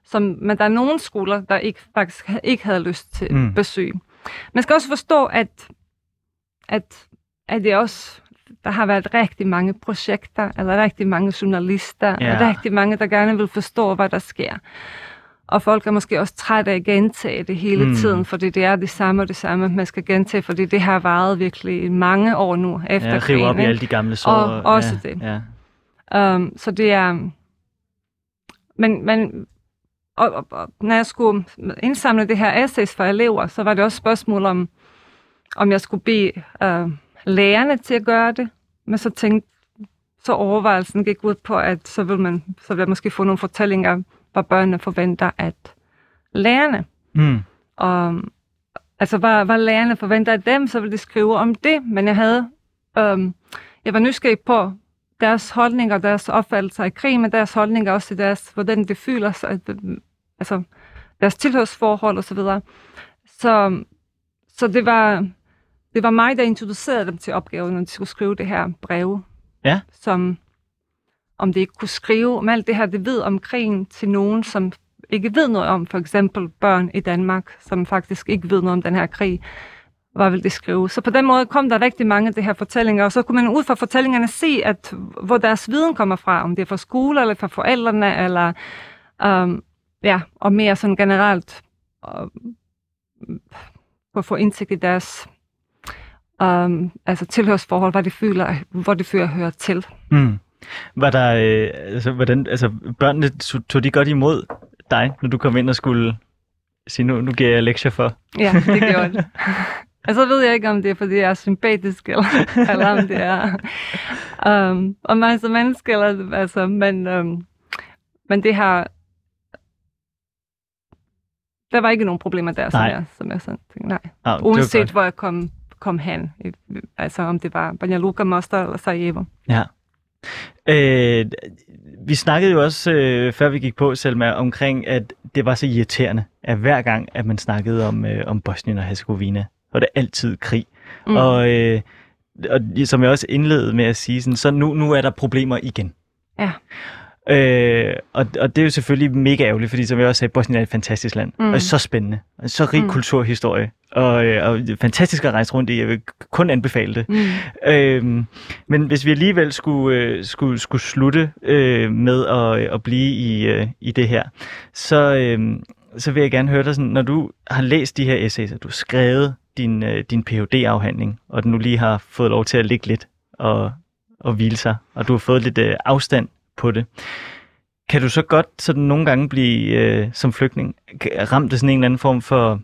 som, men der er nogle skoler, der ikke, faktisk ikke havde lyst til Mm. besøg. Man skal også forstå, at, at, at det også, der har været rigtig mange projekter, eller rigtig mange journalister, Ja. og rigtig mange, der gerne vil forstå, hvad der sker. Og folk er måske også trætte af at gentage det hele Mm. tiden, fordi det er det samme og det samme, man skal gentage, fordi det har varet virkelig i mange år nu efter Ja, rive op i krigen. alle de gamle sår. Og også ja, det. Ja. Um, så det er... Men, men og, og, og, når jeg skulle indsamle det her essays for elever, så var det også spørgsmål om, om jeg skulle bede uh, lærerne til at gøre det. Men så tænkte, så overvejelsen gik ud på, at så vil man så vil jeg måske få nogle fortællinger, hvad børnene forventer, at lærerne. Mm. Og, altså, hvad, hvad lærerne forventer af dem, så vil de skrive om det. Men jeg havde, um, jeg var nysgerrig på deres holdninger, deres opfattelser af krig, men deres holdninger også til deres, hvordan de føler sig, altså deres tilhørsforhold og så videre. Så, så det var, det var mig, der introducerede dem til opgaven, når de skulle skrive det her breve. Ja. Som, om de ikke kunne skrive om alt det her, de ved om krigen til nogen, som ikke ved noget om, for eksempel børn i Danmark, som faktisk ikke ved noget om den her krig. Hvad vil det skrive? Så på den måde kom der rigtig mange af de her fortællinger, og så kunne man ud fra fortællingerne se, at hvor deres viden kommer fra, om det er fra skole eller fra forældrene, eller um, ja, og mere sådan generelt uh, for at få indsigt i deres um, altså tilhørsforhold, hvad de føler, hvor de føler hører til. Mm. Var der, øh, altså, hvordan, altså, børnene tog de godt imod dig, når du kom ind og skulle sige, nu, nu giver jeg lektier for? Ja, det gjorde det. Og så ved jeg ikke, om det er, fordi jeg er sympatisk, eller, eller om det er um, om mig som menneske, eller, altså, men, um, men det har, der var ikke nogen problemer der, som nej. jeg, som jeg sådan tænkte, nej. Ah, Uanset hvor jeg kom, kom hen, altså om det var Banja Luka, Mostar eller Sarajevo. Ja. Øh, vi snakkede jo også, øh, før vi gik på, Selma, omkring, at det var så irriterende, at hver gang, at man snakkede om, øh, om Bosnien og Herzegovina, var det altid krig. Mm. Og, øh, og som jeg også indledede med at sige, sådan, så nu, nu er der problemer igen. Ja. Øh, og, og det er jo selvfølgelig mega ærgerligt, fordi som jeg også sagde, Bosnien er et fantastisk land, mm. og så spændende, og så rig mm. kulturhistorie, og, og fantastisk at rejse rundt i. Jeg vil kun anbefale det. Mm. Øh, men hvis vi alligevel skulle, øh, skulle, skulle slutte øh, med at, at blive i, øh, i det her, så, øh, så vil jeg gerne høre dig, sådan, når du har læst de her essays, og du har skrevet din, øh, din P H D-afhandling, og du nu lige har fået lov til at ligge lidt og, og hvile sig, og du har fået lidt øh, afstand på det. Kan du så godt sådan nogle gange blive øh, som flygtning ramt af sådan en eller anden form for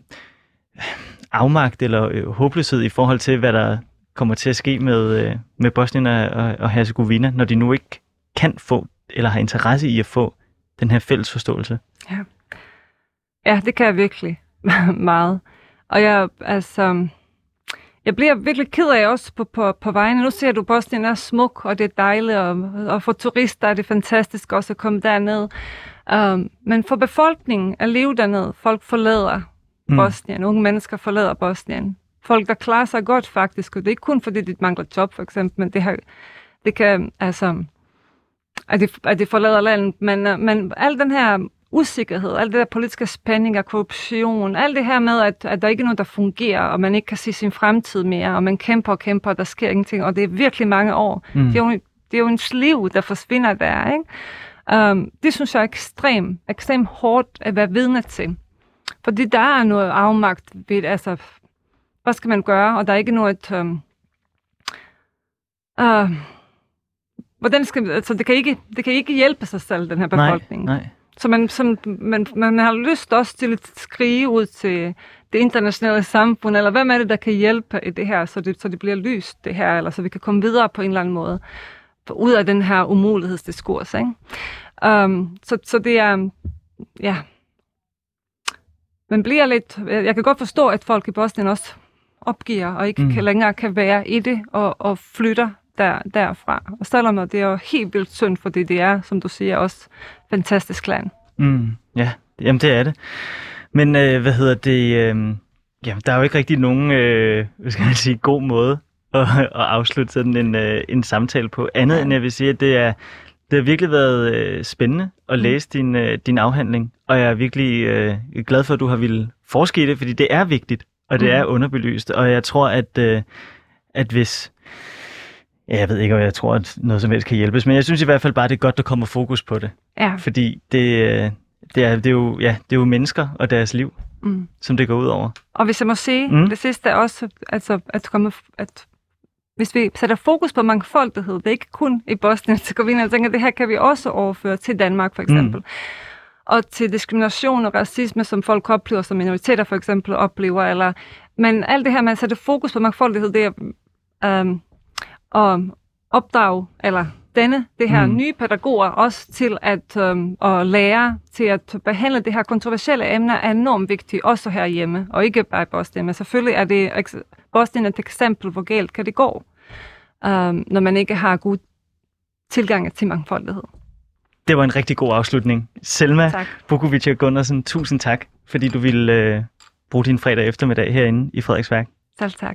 afmagt eller øh, håbløshed i forhold til, hvad der kommer til at ske med, øh, med Bosnien og, og Herzegovina, når de nu ikke kan få, eller har interesse i at få den her fælles forståelse? Ja, ja det kan jeg virkelig meget. Og jeg, altså, jeg bliver virkelig ked af også på, på, på vejen. Nu ser du, Bosnien er smuk, og det er dejligt, og, og for turister er det fantastisk også at komme derned. Um, men for befolkningen at leve dernede, folk forlader mm. Bosnien, unge mennesker forlader Bosnien. Folk, der klarer sig godt faktisk, og det er ikke kun fordi, de mangler job for eksempel, men det, har, det kan, altså, at de, at de forlader landet, men, men al den her usikkerhed, alt det der politiske spænding og korruption, alt det her med, at, at der ikke er noget, der fungerer, og man ikke kan se sin fremtid mere, og man kæmper og kæmper, og der sker ingenting, og det er virkelig mange år. Mm. Det, er jo, det er jo ens liv, der forsvinder der, ikke? Um, det synes jeg er ekstremt, ekstremt hårdt at være vidne til. Fordi der er noget afmagt ved, altså, hvad skal man gøre, og der er ikke noget, um, uh, hvordan skal, altså, det kan ikke, det kan ikke hjælpe sig selv, den her befolkning. Nej, nej. Så man, som, man, man har lyst også til at skrive ud til det internationale samfund, eller hvem er det, der kan hjælpe i det her, så det, så det bliver lyst, det her, eller så vi kan komme videre på en eller anden måde, ud af den her umulighedsdiskurs, ikke? Um, så, så det er, ja, man bliver lidt, jeg kan godt forstå, at folk i Bosnien også opgiver, og ikke mm. kan længere kan være i det, og, og flytter der, derfra. Og selvom det er jo helt vildt synd, fordi det er, som du siger, også fantastisk land. Mm, ja, jamen det er det. Men øh, hvad hedder det? Øh, jamen, der er jo ikke rigtig nogen, øh, hvad skal jeg sige, god måde at, at afslutte sådan en, øh, en samtale på. Andet ja. end jeg vil sige, at det er, Det har virkelig været øh, spændende at læse din, øh, din afhandling, og jeg er virkelig øh, glad for, at du har ville forske i det, fordi det er vigtigt, og det mm. er underbelyst, og jeg tror, at, øh, at hvis... Ja, jeg ved ikke, om jeg tror, at noget som helst kan hjælpes, men jeg synes i hvert fald bare, det er godt, der kommer fokus på det. Ja. Fordi det, øh, det, er, det, er jo, ja, det er jo mennesker og deres liv, mm. som det går ud over. Og hvis jeg må sige, mm. det sidste er også, altså, at, komme, at hvis vi sætter fokus på mangfoldighed, det er ikke kun i Bosnien-Hercegovina, jeg tænker, at det her kan vi også overføre til Danmark for eksempel. Mm. Og til diskrimination og racisme, som folk oplever, som minoriteter for eksempel oplever. Eller, men alt det her, man sætter fokus på mangfoldighed, det er um, at opdrage, eller denne, det her mm. nye pædagoger, også til at, um, at lære, til at behandle det her kontroversielle emner, er enormt vigtigt, også herhjemme, og ikke bare i Bosnien. Men selvfølgelig er det Bosnien et eksempel, hvor galt kan det gå, um, når man ikke har god tilgang til mangfoldighed. Det var en rigtig god afslutning. Selma Bokovića Gundersen, tusind tak, fordi du ville øh, bruge din fredag eftermiddag herinde i Frederiksværk. Selv tak.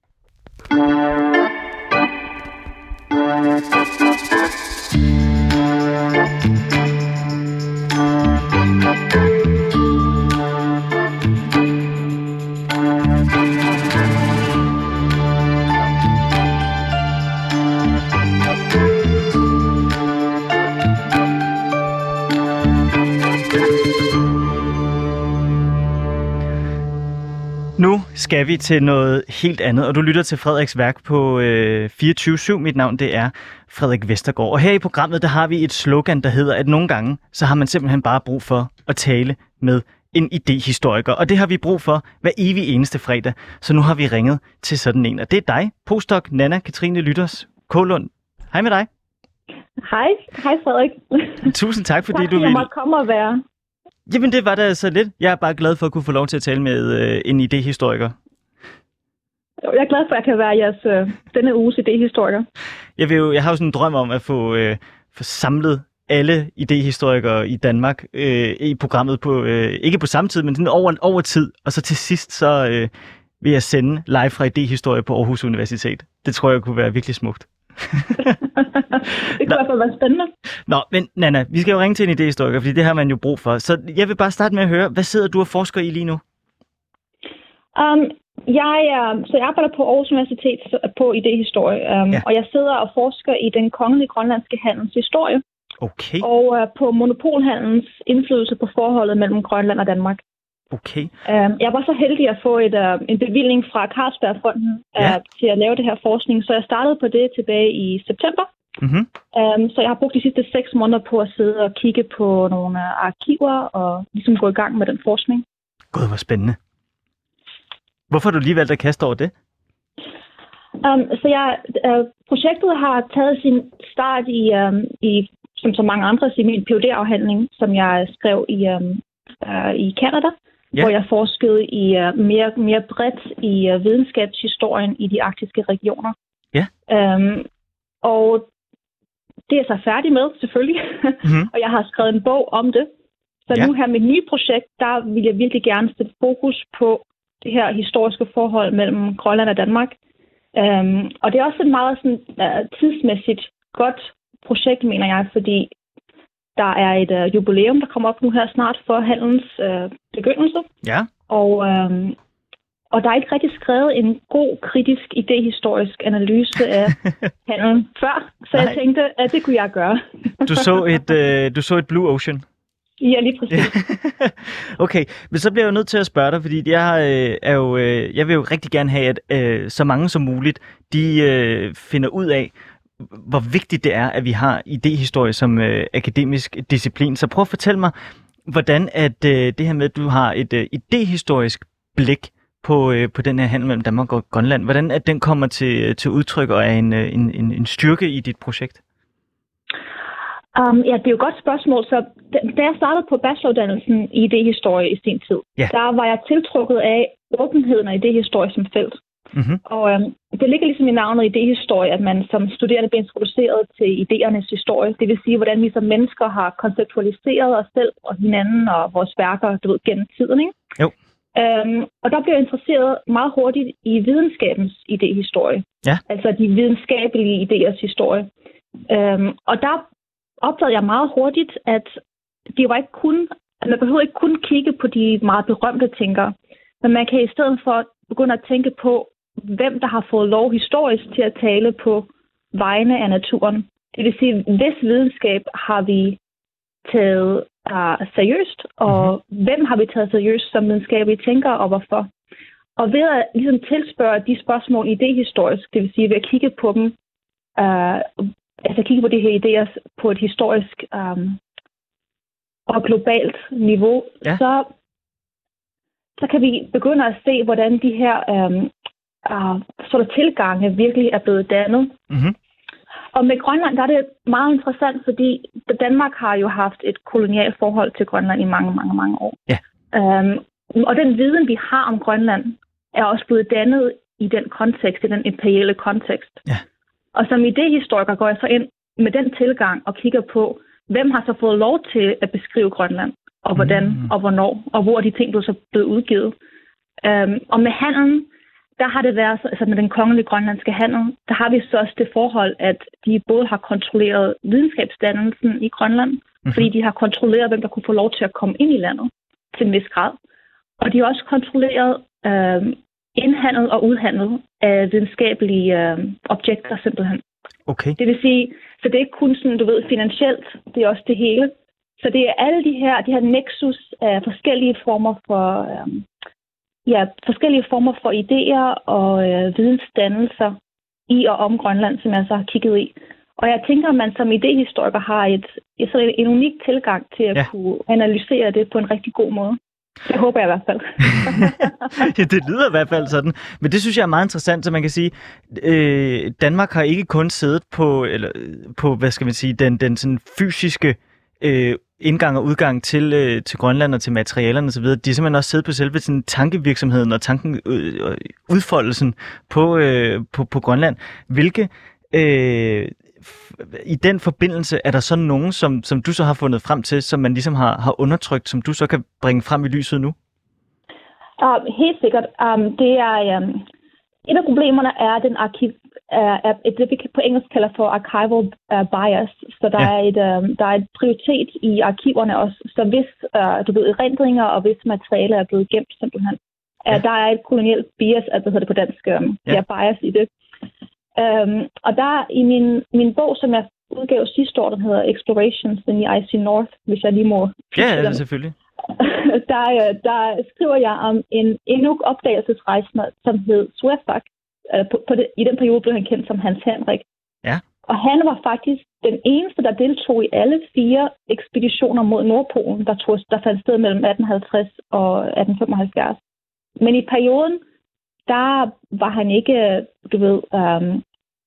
Nu skal vi til noget helt andet, og du lytter til Frederiksværk på øh, fireogtyve syv. Mit navn det er Frederik Vestergaard, og her i programmet der har vi et slogan, der hedder, at nogle gange så har man simpelthen bare brug for at tale med en idehistoriker, og det har vi brug for hver evig eneste fredag, så nu har vi ringet til sådan en, og det er dig, postdoc Nanna Katrine Lytters Kålund. Hej med dig. Hej, hej Frederik. Tusind tak, fordi tak, du ville... jeg måtte komme og være. Jamen, det var da så lidt. Jeg er bare glad for at kunne få lov til at tale med øh, en idehistoriker. Jeg er glad for, at jeg kan være jeres øh, denne uges idehistoriker. Jeg, vil jo, jeg har jo sådan en drøm om at få, øh, få samlet alle idehistorikere i Danmark øh, i programmet på, øh, ikke på samme tid, men sådan over, over tid. Og så til sidst, så øh, vil jeg sende live fra Idehistorie på Aarhus Universitet. Det tror jeg kunne være virkelig smukt. Det kunne i hvert fald være spændende. Nå, men Nanna, vi skal jo ringe til en idehistoriker, fordi det har man jo brug for. Så jeg vil bare starte med at høre, hvad sidder du og forsker i lige nu? Um, jeg, uh, så jeg arbejder på Aarhus Universitet på idehistorie, um, ja. Og jeg sidder og forsker i den kongelige grønlandske handels historie. Okay. Og uh, på monopolhandelens indflydelse på forholdet mellem Grønland og Danmark. Okay. Um, jeg var så heldig at få et, uh, en bevilling fra Carlsbergfonden uh, ja. til at lave det her forskning, så jeg startede på det tilbage i september. Mm-hmm. Um, så jeg har brugt de sidste seks måneder på at sidde og kigge på nogle uh, arkiver og ligesom gå i gang med den forskning. Gud, hvor spændende. Hvorfor har du lige valgt at kaste over det? Um, så jeg, uh, projektet har taget sin start i, um, i som så mange andre, i min P H D-afhandling, som jeg skrev i, um, uh, i Canada. Yeah. Hvor jeg forskede i uh, mere, mere bredt i uh, videnskabshistorien i de arktiske regioner. Yeah. Um, og det er jeg så færdig med, selvfølgelig. Mm-hmm. Og jeg har skrevet en bog om det. Så yeah. nu her med et nyt projekt, der vil jeg virkelig gerne sætte fokus på det her historiske forhold mellem Grønland og Danmark. Um, og det er også et meget sådan, uh, tidsmæssigt godt projekt, mener jeg, fordi der er et uh, jubilæum, der kommer op nu her snart for handelens uh, begyndelse. Ja. Og, um, og der er ikke rigtig skrevet en god, kritisk, idehistorisk analyse af handelen før, så Nej. jeg tænkte, at det kunne jeg gøre. du, så et, uh, du så et Blue Ocean? Ja, lige præcis. Okay, men så bliver jeg jo nødt til at spørge dig, fordi jeg, øh, er jo, øh, jeg vil jo rigtig gerne have, at øh, så mange som muligt, de øh, finder ud af, hvor vigtigt det er, at vi har idehistorie som øh, akademisk disciplin. Så prøv at fortælle mig, hvordan at øh, det her med, at du har et øh, idehistorisk blik på, øh, på den her handel mellem Danmark og Grønland, hvordan at den kommer til, til udtryk og er en, en, en, en styrke i dit projekt? Um, ja, det er jo et godt spørgsmål. Så da jeg startede på bacheloruddannelsen i idehistorie i sin tid, ja. der var jeg tiltrukket af åbenheden af idehistorie som felt. Mm-hmm. Og øhm, det ligger ligesom i navnet idehistorie, at man som studerende bliver introduceret til idéernes historie. Det vil sige, hvordan vi som mennesker har konceptualiseret os selv og hinanden og vores værker, du ved, gennem tiden, ikke? Jo. Øhm, og der bliver jeg interesseret meget hurtigt i videnskabens idehistorie. Ja. Altså de videnskabelige idéers historie. Øhm, og der opdagede jeg meget hurtigt, at det var ikke kun, at man behøver ikke kun kigge på de meget berømte tænkere, men man kan i stedet for begynde at tænke på, hvem der har fået lov historisk til at tale på vegne af naturen. Det vil sige, hvis videnskab har vi taget uh, seriøst, og mm-hmm. hvem har vi taget seriøst som videnskabelige tænkere, og hvorfor? Og ved at ligesom tilspørge de spørgsmål idehistorisk, det vil sige ved at kigge på dem, uh, altså kigge på de her idéer på et historisk um, og globalt niveau, ja. så, så kan vi begynde at se, hvordan de her um, uh, sort af tilgange virkelig er blevet dannet. Mm-hmm. Og med Grønland der er det meget interessant, fordi Danmark har jo haft et kolonialt forhold til Grønland i mange, mange, mange år. Ja. Um, og den viden, vi har om Grønland, er også blevet dannet i den kontekst, i den imperiale kontekst. Ja. Og som idéhistoriker går jeg så ind med den tilgang og kigger på, hvem har så fået lov til at beskrive Grønland, og hvordan, mm. og hvornår, og hvor de ting blev så blevet udgivet. Um, og med handelen, der har det været, altså med den kongelige grønlandske handel, der har vi så også det forhold, at de både har kontrolleret videnskabsdannelsen i Grønland, mm-hmm. fordi de har kontrolleret, hvem der kunne få lov til at komme ind i landet til en vis grad. Og de har også kontrolleret øh, indhandel og udhandel af videnskabelige øh, objekter simpelthen. Okay. Det vil sige, så det er ikke kun sådan, du ved, finansielt, det er også det hele. Så det er alle de her, de her nexus af forskellige former for... Øh, Ja, forskellige former for idéer og øh, vidensdannelser i og om Grønland, som jeg så har kigget i. Og jeg tænker, at man som idéhistoriker har et, et, en, en unik tilgang til at ja. kunne analysere det på en rigtig god måde. Det håber jeg i hvert fald. Ja, det lyder i hvert fald sådan. Men det synes jeg er meget interessant, så man kan sige, øh, Danmark har ikke kun siddet på, eller, på hvad skal man sige, den, den sådan fysiske øh, indgang og udgang til, øh, til Grønland og til materialerne osv. De har simpelthen også siddet på selve sådan, tankevirksomheden og tanken, øh, udfoldelsen på, øh, på, på Grønland. Hvilke øh, f- i den forbindelse er der så nogen, som, som du så har fundet frem til, som man ligesom har, har undertrykt, som du så kan bringe frem i lyset nu? Uh, helt sikkert. Um, det er um, et af problemerne er den arkiv er uh, det vi på engelsk kalder for archival uh, bias. Så der ja. er et um, der er et prioritet i arkiverne også. Så hvis uh, du ved erindringer og hvis materiale er blevet gemt simpelthen, ja. uh, der er et kolonielt bias, altså hedder det på dansk, um, ja. Ja, bias i det. Um, og der i min min bog, som jeg udgav sidste år, den hedder Explorations in the Icy North, hvis jeg lige må. Ja, ja, selvfølgelig. der, der skriver jeg om en endnu opdagelsesrejsende, som hed Swerfak. På, på det, I den periode blev han kendt som Hans Henrik. Ja. Og han var faktisk den eneste, der deltog i alle fire ekspeditioner mod Nordpolen, der, tog, der fandt sted mellem atten halvtreds og atten femoghalvfjerds. Men i perioden, der var han ikke, du ved, um,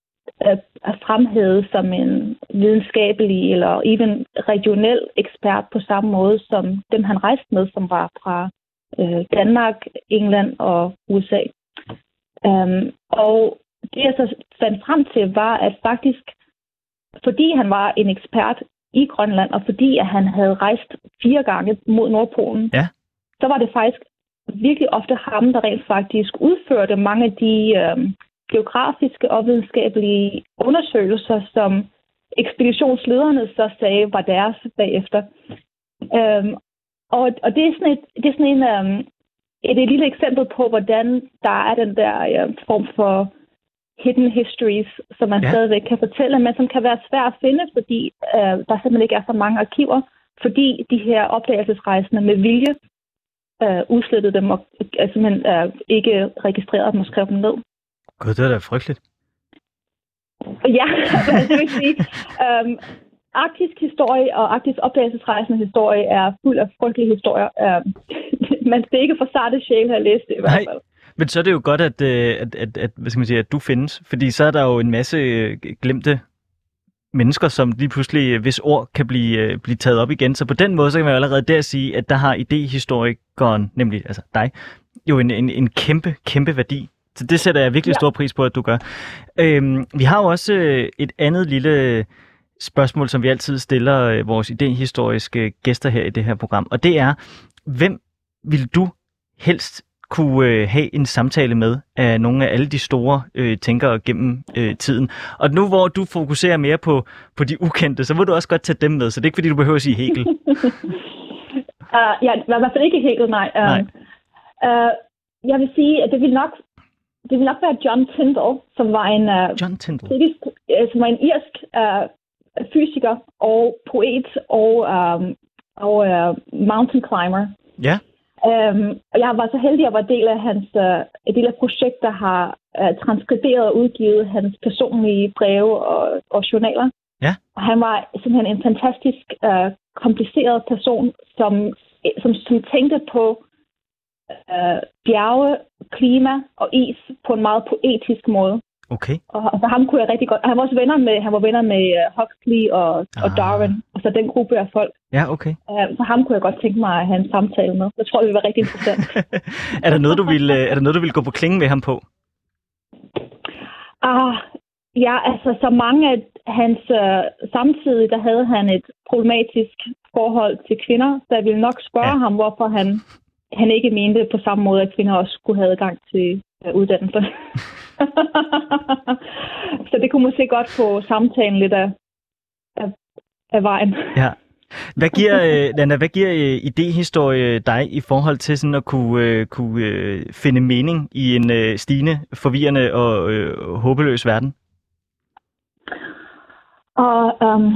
fremhævet som en videnskabelig eller even regionel ekspert på samme måde som dem, han rejste med, som var fra øh, Danmark, England og U S A. Um, og det, jeg så fandt frem til, var, at faktisk, fordi han var en ekspert i Grønland, og fordi at han havde rejst fire gange mod Nordpolen, ja. så var det faktisk virkelig ofte ham, der rent faktisk udførte mange af de øhm, geografiske og videnskabelige undersøgelser, som ekspeditionslederne så sagde var deres bagefter. Um, og, og det er sådan et, det er sådan en... Um, Et, et lille eksempel på, hvordan der er den der ja, form for hidden histories, som man ja. stadigvæk kan fortælle, men som kan være svært at finde, fordi øh, der simpelthen ikke er så mange arkiver, fordi de her opdagelsesrejsende med vilje øh, udslettede dem og øh, simpelthen øh, ikke registrerede dem og skrev dem ned. Gud, det er da frygteligt. Ja, det vil sige. øhm, arktisk historie og arktisk opdagelsesrejsende historie er fuld af frygtelige historier. Øhm, man skal ikke for sarte sjæl at læse det i hvert fald. Nej, men så er det jo godt, at, at, at, at, hvad skal man sige, at du findes, fordi så er der jo en masse glemte mennesker, som lige pludselig, hvis ord kan blive, blive taget op igen. Så på den måde, så kan man jo allerede der sige, at der har idéhistorikeren, nemlig altså dig, jo en, en, en kæmpe, kæmpe værdi. Så det sætter jeg virkelig ja. stor pris på, at du gør. Øhm, vi har jo også et andet lille spørgsmål, som vi altid stiller vores idéhistoriske gæster her i det her program, og det er, hvem vil du helst kunne øh, have en samtale med af nogle af alle de store øh, tænkere gennem øh, tiden. Og nu hvor du fokuserer mere på, på de ukendte, så vil du også godt tage dem med, så det er ikke fordi, du behøver at sige Hegel. uh, ja, i hvert fald ikke Hegel, nej. Um, nej. Uh, jeg vil sige, at det vil nok, det vil nok være John Tyndall, som var en, uh, John Tyndall. Kritisk, uh, som var en irsk uh, fysiker og poet og, um, og uh, mountain climber. Ja. Um, og jeg var så heldig at være del af hans uh, et del af projekt, der har uh, transkriberet og udgivet hans personlige breve og, og journaler. Ja. Og han var simpelthen en fantastisk uh, kompliceret person, som, som, som tænkte på uh, bjerge, klima og is på en meget poetisk måde. Okay. Og, og for ham kunne jeg rigtig godt. Han var også venner med, han var venner med uh, Huxley og, ah. og Darwin, og så den gruppe af folk. Ja, okay. Uh, så ham kunne jeg godt tænke mig at have en samtale med. Jeg tror, det ville være rigtig interessant. er der noget du vil, er der noget du vil gå på klingen med ham på? Ah, ja, altså så mange af hans uh, samtidig, der havde han et problematisk forhold til kvinder, så jeg ville nok spørge ja. ham, hvorfor han han ikke mente på samme måde, at kvinder også skulle have adgang til uh, uddannelse. Så det kunne måske godt få samtalen lidt af, af, af vejen. Ja. Hvad giver, øh, Nanna, hvad giver øh, idéhistorie dig i forhold til sådan at kunne, øh, kunne øh, finde mening i en øh, stigende, forvirrende og øh, håbeløs verden? Og um,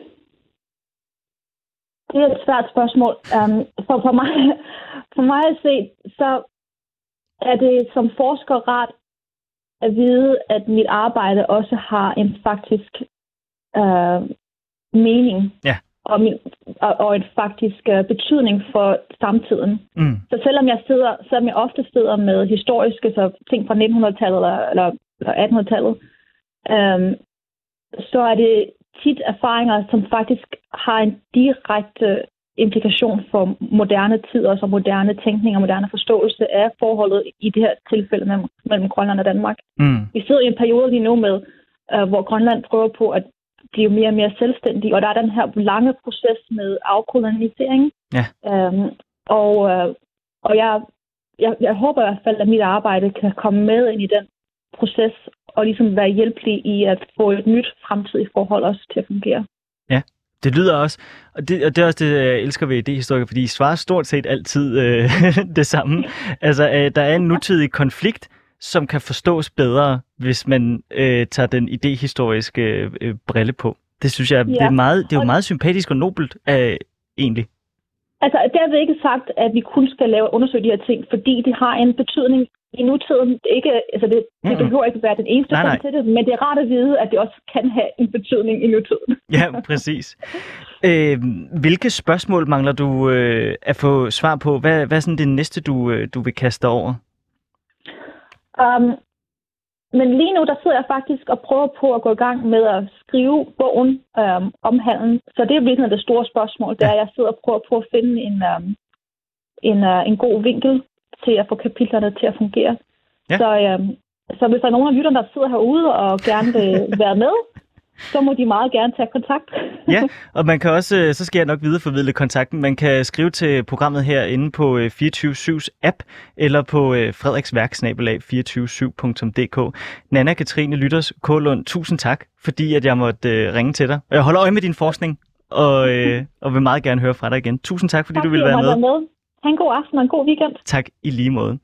det er et svært spørgsmål. Um, for, for, mig, for mig at se, så er det som forsker rart at vide, at mit arbejde også har en faktisk uh, mening. Ja. Og, min, og, og en faktisk uh, betydning for samtiden. Mm. Så selvom jeg sidder, selvom jeg ofte sidder med historiske så ting fra nittenhundredetallet eller, eller, eller attenhundredetallet, um, så er det tit erfaringer, som faktisk har en direkte implikation for moderne tid, og så moderne tænkning og moderne forståelse af forholdet i det her tilfælde mellem, mellem Grønland og Danmark. Mm. Vi sidder i en periode lige nu med, uh, hvor Grønland prøver på at blive mere og mere selvstændige, og der er den her lange proces med afkolonisering. Ja. Um, og uh, og jeg, jeg, jeg håber i hvert fald, at mit arbejde kan komme med ind i den proces, og ligesom være hjælpelig i at få et nyt fremtidigt forhold også til at fungere. Ja, det lyder også, og det, og det er også det, jeg elsker ved idéhistoriker, fordi I svarer stort set altid øh, det samme. Altså, øh, der er en nutidig konflikt, som kan forstås bedre, hvis man øh, tager den idéhistoriske øh, brille på. Det synes jeg, ja. det, er meget, det er jo meget sympatisk og nobelt, øh, egentlig. Altså, derved ikke sagt, at vi kun skal lave undersøge de her ting, fordi det har en betydning i nutiden. Ikke, altså det, det mm. behøver ikke være den eneste grund til det, men det er rart at vide, at det også kan have en betydning i nutiden. Ja, præcis. Øh, hvilke spørgsmål mangler du øh, at få svar på? Hvad, hvad er sådan det næste, du, øh, du vil kaste over? Um, men lige nu, der sidder jeg faktisk og prøver på at gå i gang med at skrive bogen um, om handlen. Så det er virkelig det store spørgsmål, det er, at jeg sidder og prøver på at finde en, um, en, uh, en god vinkel til at få kapitlerne til at fungere. Ja. Så, um, så hvis der er nogen af lytterne, der sidder herude og gerne vil være med, så må de meget gerne tage kontakt. Ja, og man kan også, så skal jeg nok videreformidle kontakten. Man kan skrive til programmet her inde på fireogtyve syvs app, eller på frederiksværk snabel-a fireogtyve syv punktum d k. Nanna Katrine Lytters Kålund, tusind tak, fordi at jeg måtte ringe til dig. Og jeg holder øje med din forskning, og, og vil meget gerne høre fra dig igen. Tusind tak, fordi tak, du ville være med. med. Ha' en god aften og en god weekend. Tak i lige måde.